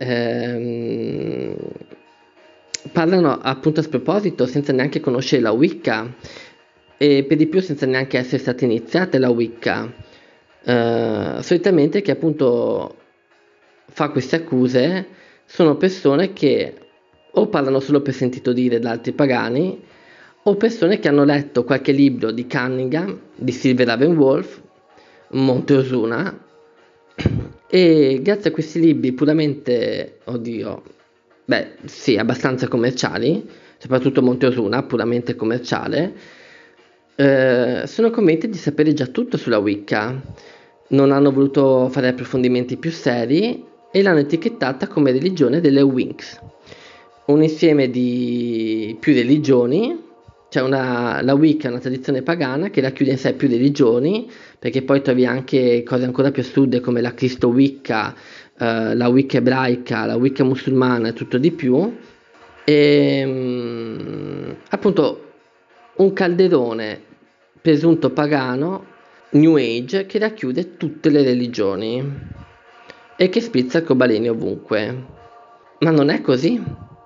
parlano appunto a sproposito, senza neanche conoscere la Wicca, e per di più senza neanche essere state iniziate la Wicca. Solitamente chi appunto fa queste accuse sono persone che o parlano solo per sentito dire da altri pagani, o persone che hanno letto qualche libro di Cunningham, di Silver Ravenwolf, Monte Osuna, e grazie a questi libri puramente, oddio, beh sì, abbastanza commerciali, soprattutto Monte Osuna, puramente commerciale, sono convinti di sapere già tutto sulla Wicca. Non hanno voluto fare approfondimenti più seri e l'hanno etichettata come religione delle Winx, un insieme di più religioni. C'è la Wicca è una tradizione pagana che racchiude in sé più religioni, perché poi trovi anche cose ancora più assurde come la Cristo Wicca, la Wicca ebraica, la Wicca musulmana e tutto di più. E appunto un calderone presunto pagano, New Age, che racchiude tutte le religioni e che spizza arcobaleni ovunque. Ma non è così.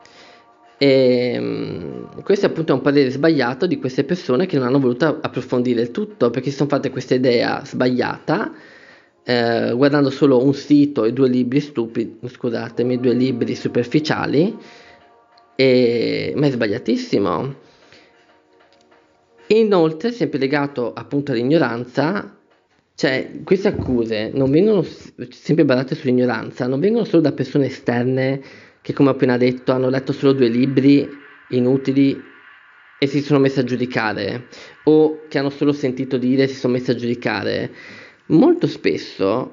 E questo appunto è un parere sbagliato di queste persone che non hanno voluto approfondire il tutto, perché si sono fatte questa idea sbagliata, guardando solo un sito e due libri stupidi, scusatemi, due libri superficiali, ma è sbagliatissimo. E inoltre, sempre legato appunto all'ignoranza, cioè queste accuse non vengono sempre basate sull'ignoranza, non vengono solo da persone esterne che, come ho appena detto, hanno letto solo 2 libri inutili e si sono messi a giudicare, o che hanno solo sentito dire e si sono messi a giudicare. Molto spesso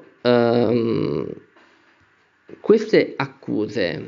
queste accuse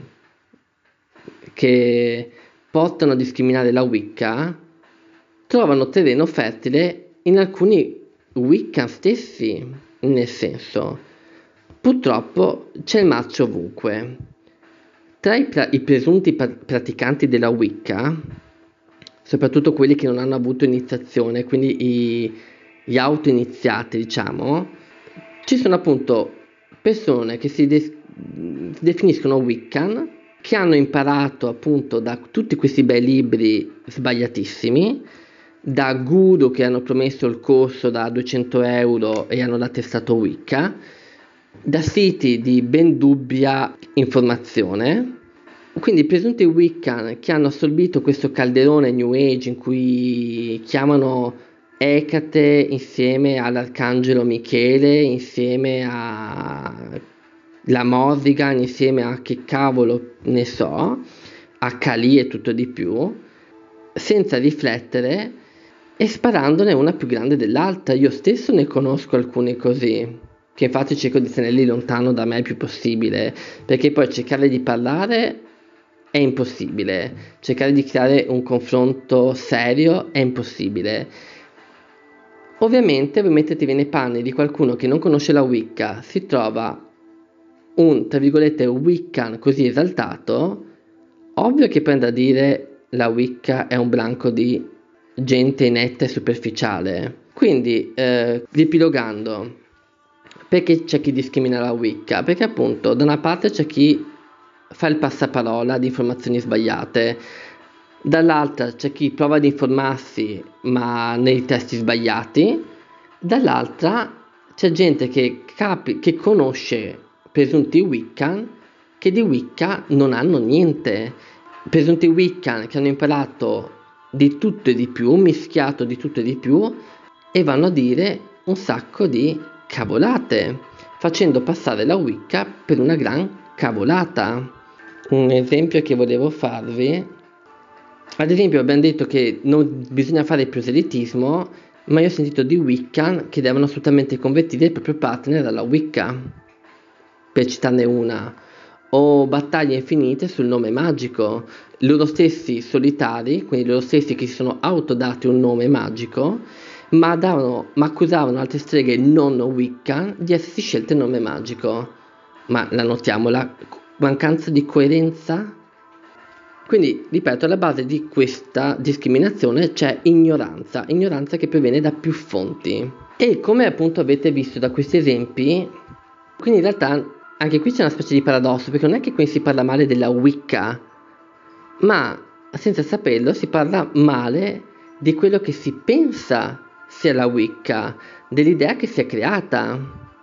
che portano a discriminare la Wicca trovano terreno fertile in alcuni Wiccan stessi, nel senso, purtroppo c'è il marcio ovunque. Tra i presunti praticanti della Wicca, soprattutto quelli che non hanno avuto iniziazione, quindi gli auto-iniziati, diciamo, ci sono appunto persone che si definiscono Wiccan, che hanno imparato appunto da tutti questi bei libri sbagliatissimi, da guru che hanno promesso il corso da 200 euro e hanno l'attestato Wicca, da siti di ben dubbia informazione, quindi presunti Wiccan che hanno assorbito questo calderone New Age in cui chiamano Ecate insieme all'arcangelo Michele, insieme a la Morrigan, insieme a che cavolo ne so, a Kali e tutto di più, senza riflettere e sparandone una più grande dell'altra. Io stesso ne conosco alcune così, che infatti cerco di tenerli lontano da me il più possibile, perché poi cercare di parlare è impossibile, cercare di creare un confronto serio è impossibile. Ovviamente voi mettetevi nei panni di qualcuno che non conosce la Wicca, si trova un, tra virgolette, Wiccan così esaltato, ovvio che prende a dire la Wicca è un branco di gente inetta e superficiale. Quindi, riepilogando, perché c'è chi discrimina la Wicca? Perché appunto da una parte c'è chi fa il passaparola di informazioni sbagliate, dall'altra c'è chi prova ad informarsi ma nei testi sbagliati, dall'altra c'è gente che conosce presunti Wiccan che di Wicca non hanno niente, presunti Wiccan che hanno imparato di tutto e di più, mischiato di tutto e di più, e vanno a dire un sacco di cavolate, facendo passare la Wicca per una gran cavolata. Un esempio che volevo farvi, ad esempio abbiamo detto che non bisogna fare proselitismo, ma io ho sentito di Wiccan che devono assolutamente convertire il proprio partner alla Wicca, per citarne una, o battaglie infinite sul nome magico, loro stessi solitari, quindi loro stessi che si sono autodati un nome magico, ma accusavano altre streghe non Wiccan di essersi scelte il nome magico. Ma la notiamo la mancanza di coerenza? Quindi, ripeto, alla base di questa discriminazione c'è ignoranza che proviene da più fonti. E come appunto avete visto da questi esempi, quindi in realtà anche qui c'è una specie di paradosso, perché non è che qui si parla male della Wicca, ma senza saperlo si parla male di quello che si pensa sia la Wicca, dell'idea che si è creata.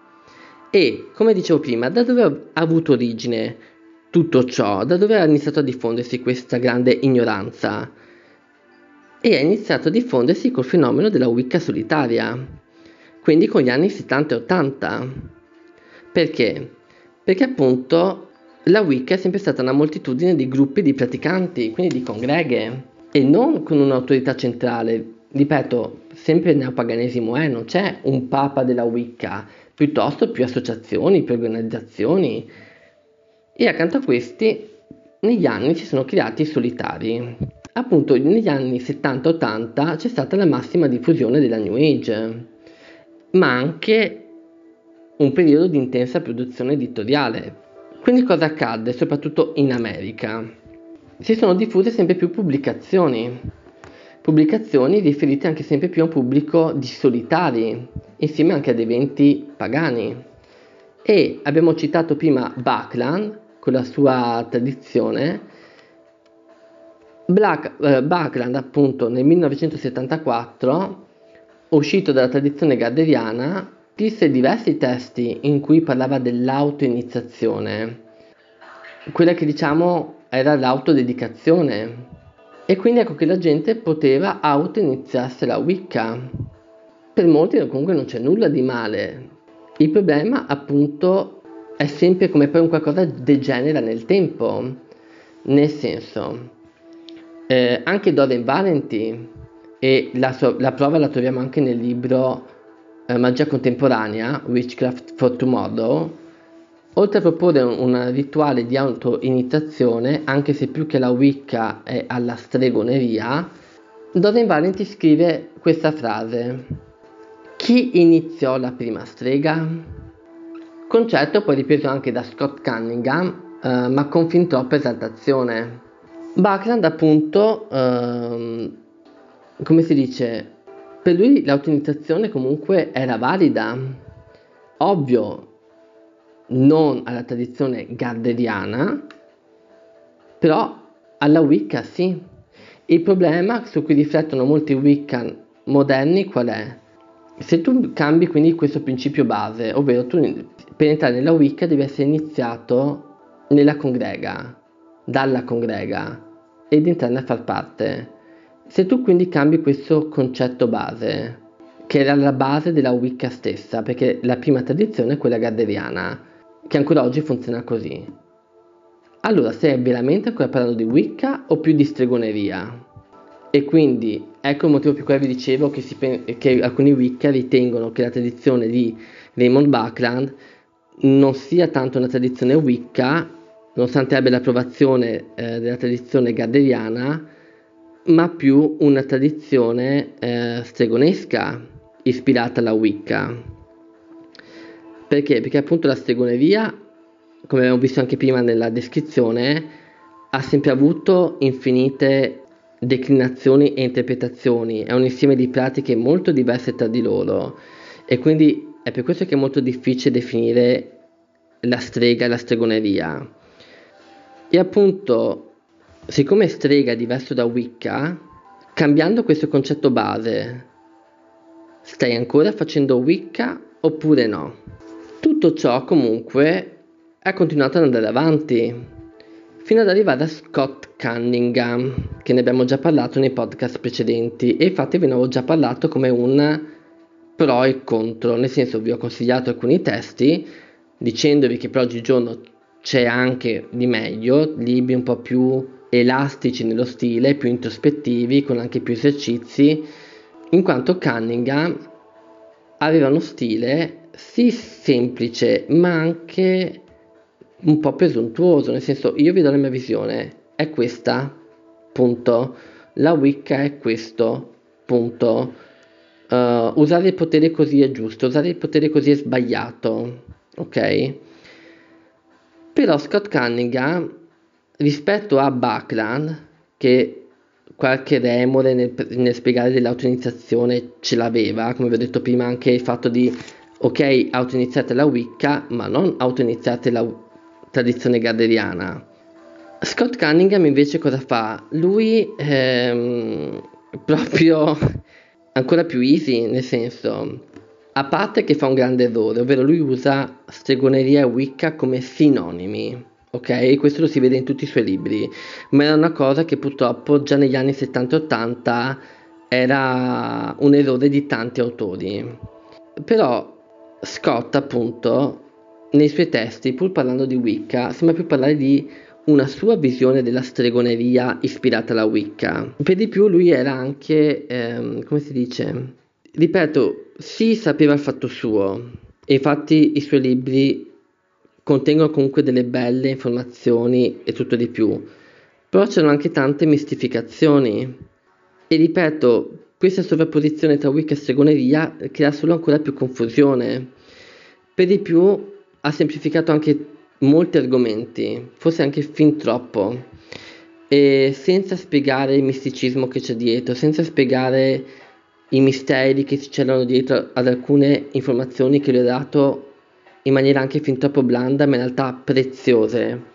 E, come dicevo prima, da dove ha avuto origine tutto ciò? Da dove ha iniziato a diffondersi questa grande ignoranza? E ha iniziato a diffondersi col fenomeno della Wicca solitaria, quindi con gli anni 70 e 80. Perché? Perché appunto la Wicca è sempre stata una moltitudine di gruppi di praticanti, quindi di congreghe, e non con un'autorità centrale. Ripeto, sempre il neopaganesimo non c'è un papa della Wicca, piuttosto più associazioni, più organizzazioni. E accanto a questi, negli anni si sono creati i solitari. Appunto, negli anni 70-80 c'è stata la massima diffusione della New Age, ma anche un periodo di intensa produzione editoriale. Quindi cosa accadde, soprattutto in America? Si sono diffuse sempre più pubblicazioni riferite anche sempre più a un pubblico di solitari, insieme anche ad eventi pagani. E abbiamo citato prima Buckland, con la sua tradizione. Buckland, appunto, nel 1974, uscito dalla tradizione gardneriana, scrisse diversi testi in cui parlava dell'autoiniziazione, quella che diciamo era l'autodedicazione. E quindi ecco che la gente poteva auto-iniziarsi la Wicca. Per molti comunque non c'è nulla di male. Il problema appunto è sempre come poi un qualcosa degenera nel tempo. Nel senso, anche Doreen Valenti, e la prova la troviamo anche nel libro Magia contemporanea, Witchcraft for Tomorrow, oltre a proporre un rituale di auto-iniziazione, anche se più che la Wicca è alla stregoneria, Doreen Valenti scrive questa frase: chi iniziò la prima strega? Concetto poi ripreso anche da Scott Cunningham, ma con fin troppa esaltazione. Buckland appunto, come si dice, per lui l'autorizzazione comunque era valida, ovvio, non alla tradizione gardneriana, però alla Wicca sì. Il problema su cui riflettono molti Wiccan moderni qual è? Se tu cambi quindi questo principio base, ovvero tu per entrare nella Wicca devi essere iniziato nella congrega, dalla congrega, ed entrarne a far parte. Se tu quindi cambi questo concetto base, che era la base della Wicca stessa, perché la prima tradizione è quella gardneriana, che ancora oggi funziona così, allora stai veramente ancora parlando di Wicca o più di stregoneria? E quindi ecco il motivo per cui vi dicevo che alcuni Wicca ritengono che la tradizione di Raymond Buckland non sia tanto una tradizione Wicca, nonostante abbia l'approvazione della tradizione gardneriana, ma più una tradizione stregonesca ispirata alla Wicca. Perché? Perché appunto la stregoneria, come abbiamo visto anche prima nella descrizione, ha sempre avuto infinite declinazioni e interpretazioni, è un insieme di pratiche molto diverse tra di loro, e quindi è per questo che è molto difficile definire la strega e la stregoneria. E appunto, siccome strega è diverso da Wicca, cambiando questo concetto base, stai ancora facendo Wicca oppure no? Tutto ciò comunque è continuato ad andare avanti, fino ad arrivare a Scott Cunningham, che ne abbiamo già parlato nei podcast precedenti, e infatti ve ne avevo già parlato come un pro e contro, nel senso vi ho consigliato alcuni testi, dicendovi che per oggigiorno c'è anche di meglio, libri un po' più elastici nello stile, più introspettivi, con anche più esercizi, in quanto Cunningham aveva uno stile sì semplice, ma anche un po' presuntuoso, nel senso io vi do la mia visione, è questa, punto. La Wicca è questo, punto. Usare il potere così è giusto, usare il potere così è sbagliato, ok? Però Scott Cunningham, rispetto a Buckland, che qualche remore nel spiegare dell'autoiniziazione ce l'aveva, come vi ho detto prima, anche il fatto di, ok, autoiniziate la Wicca, ma non autoiniziate la tradizione gardneriana. Scott Cunningham invece cosa fa? Lui proprio ancora più easy, nel senso, a parte che fa un grande errore, ovvero lui usa stregoneria e Wicca come sinonimi, ok? Questo lo si vede in tutti i suoi libri, ma era una cosa che purtroppo già negli anni 70 e 80 era un errore di tanti autori. Però Scott appunto nei suoi testi, pur parlando di Wicca, sembra più parlare di una sua visione della stregoneria ispirata alla Wicca. Per di più lui era anche, come si dice, ripeto, sì sapeva il fatto suo, e infatti i suoi libri contengono comunque delle belle informazioni e tutto di più, però c'erano anche tante mistificazioni, e ripeto, questa sovrapposizione tra Wicca e stregoneria crea solo ancora più confusione. Per di più ha semplificato anche molti argomenti, forse anche fin troppo, e senza spiegare il misticismo che c'è dietro, senza spiegare i misteri che c'erano dietro ad alcune informazioni che lui ha dato in maniera anche fin troppo blanda, ma in realtà preziose.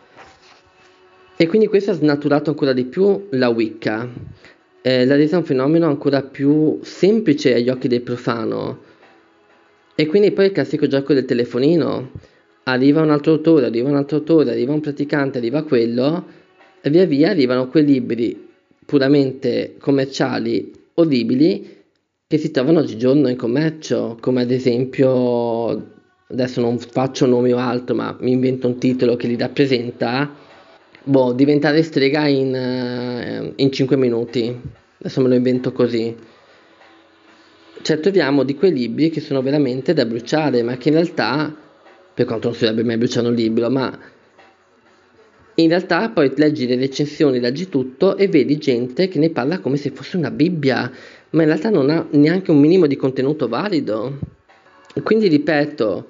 E quindi questo ha snaturato ancora di più la Wicca, l'ha resa un fenomeno ancora più semplice agli occhi del profano. E quindi poi il classico gioco del telefonino, arriva un altro autore, arriva un altro autore, arriva un praticante, arriva quello, e via via arrivano quei libri puramente commerciali orribili che si trovano oggigiorno in commercio, come ad esempio, adesso non faccio nomi o altro, ma mi invento un titolo che li rappresenta, diventare strega in 5 minuti, adesso me lo invento così. Cioè troviamo di quei libri che sono veramente da bruciare, ma che in realtà, per quanto non si dovrebbe mai bruciare un libro, ma in realtà poi leggi le recensioni, leggi tutto e vedi gente che ne parla come se fosse una Bibbia, ma in realtà non ha neanche un minimo di contenuto valido. Quindi ripeto,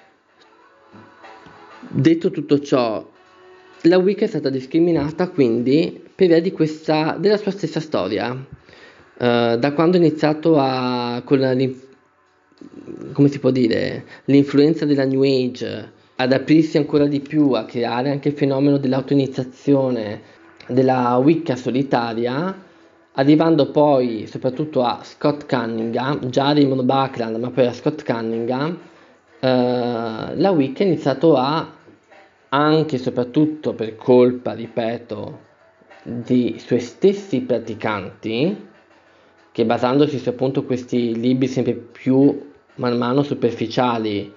detto tutto ciò, la Wicca è stata discriminata quindi per via della sua stessa storia. Da quando è iniziato come si può dire, l'influenza della New Age ad aprirsi ancora di più, a creare anche il fenomeno dell'autoiniziazione, della Wicca solitaria, arrivando poi soprattutto a Scott Cunningham, già a Raymond Buckland, ma poi a Scott Cunningham, la Wicca ha iniziato anche e soprattutto per colpa, ripeto, di suoi stessi praticanti, che basandosi su appunto questi libri sempre più man mano superficiali,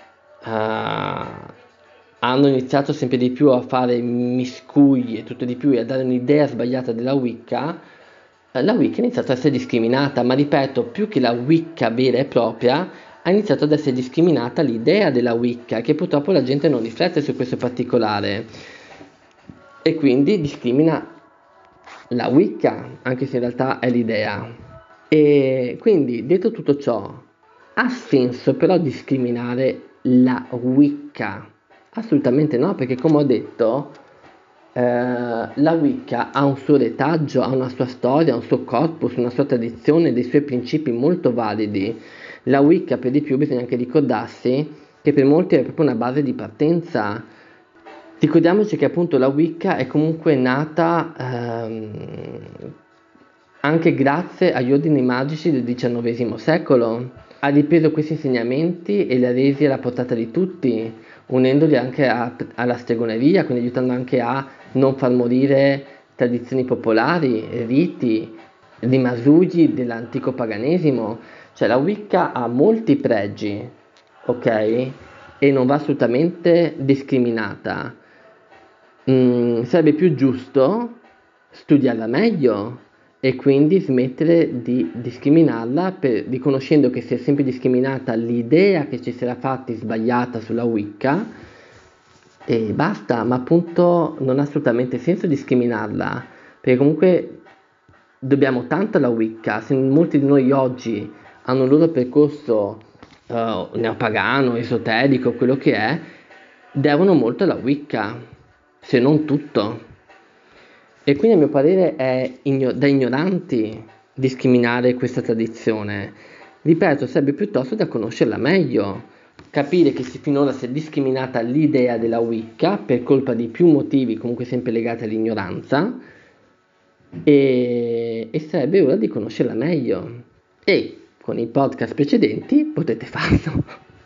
hanno iniziato sempre di più a fare miscugli e tutto di più e a dare un'idea sbagliata della Wicca. La Wicca ha iniziato ad essere discriminata, ma ripeto, più che la Wicca vera e propria, ha iniziato ad essere discriminata l'idea della Wicca, che purtroppo la gente non riflette su questo particolare e quindi discrimina la Wicca, anche se in realtà è l'idea. E quindi, detto tutto ciò, ha senso però discriminare la Wicca? Assolutamente no, perché come ho detto, la Wicca ha un suo retaggio, ha una sua storia, un suo corpus, una sua tradizione, dei suoi principi molto validi. La Wicca, per di più, bisogna anche ricordarsi che per molti è proprio una base di partenza. Ricordiamoci che appunto la Wicca è comunque nata anche grazie agli ordini magici del XIX secolo. Ha ripreso questi insegnamenti e li ha resi alla portata di tutti, unendoli anche alla stregoneria, quindi aiutando anche a non far morire tradizioni popolari, riti, rimasugli dell'antico paganesimo. Cioè la Wicca ha molti pregi, ok? E non va assolutamente discriminata. Sarebbe più giusto studiarla meglio e quindi smettere di discriminarla, riconoscendo che si è sempre discriminata l'idea che ci si era fatti sbagliata sulla Wicca e basta, ma appunto non ha assolutamente senso discriminarla, perché comunque dobbiamo tanto alla Wicca. Se molti di noi oggi hanno il loro percorso neopagano, esoterico, quello che è, devono molto alla Wicca, se non tutto. E quindi a mio parere è da ignoranti discriminare questa tradizione. Ripeto, sarebbe piuttosto da conoscerla meglio, capire che finora si è discriminata l'idea della Wicca per colpa di più motivi comunque sempre legati all'ignoranza e sarebbe ora di conoscerla meglio. E con i podcast precedenti potete farlo.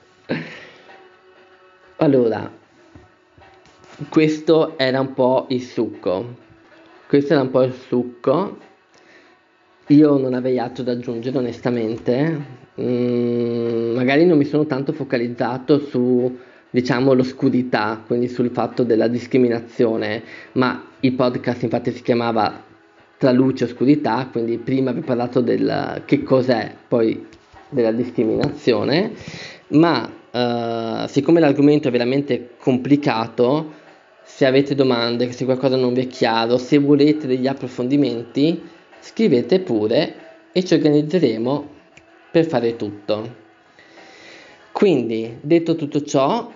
Allora, questo era un po' il succo. Questo era un po' il succo. Io non avrei altro da aggiungere onestamente. Magari non mi sono tanto focalizzato su, diciamo, l'oscurità, quindi sul fatto della discriminazione, ma il podcast infatti si chiamava Tra luce e oscurità, quindi prima vi ho parlato del che cos'è, poi della discriminazione, ma siccome l'argomento è veramente complicato, se avete domande, se qualcosa non vi è chiaro, se volete degli approfondimenti, scrivete pure e ci organizzeremo per fare tutto. Quindi, detto tutto ciò,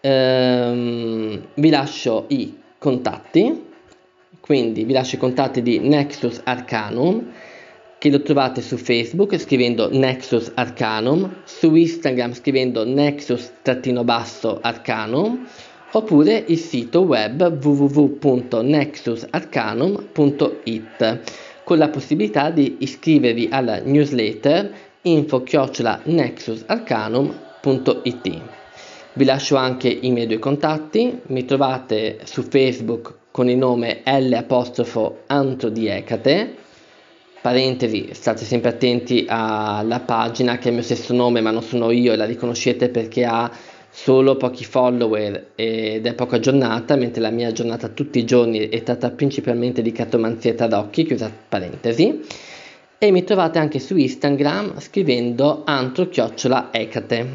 vi lascio i contatti. Quindi vi lascio i contatti di Nexus Arcanum, che lo trovate su Facebook scrivendo Nexus Arcanum, su Instagram scrivendo Nexus-Arcanum, oppure il sito web www.nexusarcanum.it, con la possibilità di iscrivervi alla newsletter info@nexusarcanum.it. Vi lascio anche i miei due contatti, mi trovate su Facebook con il nome L''Antro di Ecate, parentesi, state sempre attenti alla pagina che è il mio stesso nome ma non sono io, e la riconoscete perché ha solo pochi follower ed è poco aggiornata, mentre la mia aggiornata tutti i giorni è tratta principalmente di cartomanzia e tarocchi, chiusa parentesi. E mi trovate anche su Instagram scrivendo antro-ecate.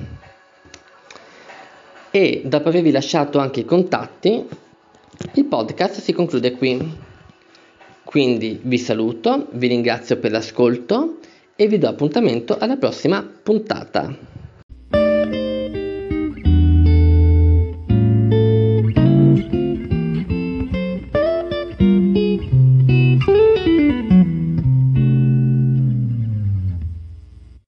E dopo avervi lasciato anche i contatti, il podcast si conclude qui. Quindi vi saluto, vi ringrazio per l'ascolto e vi do appuntamento alla prossima puntata.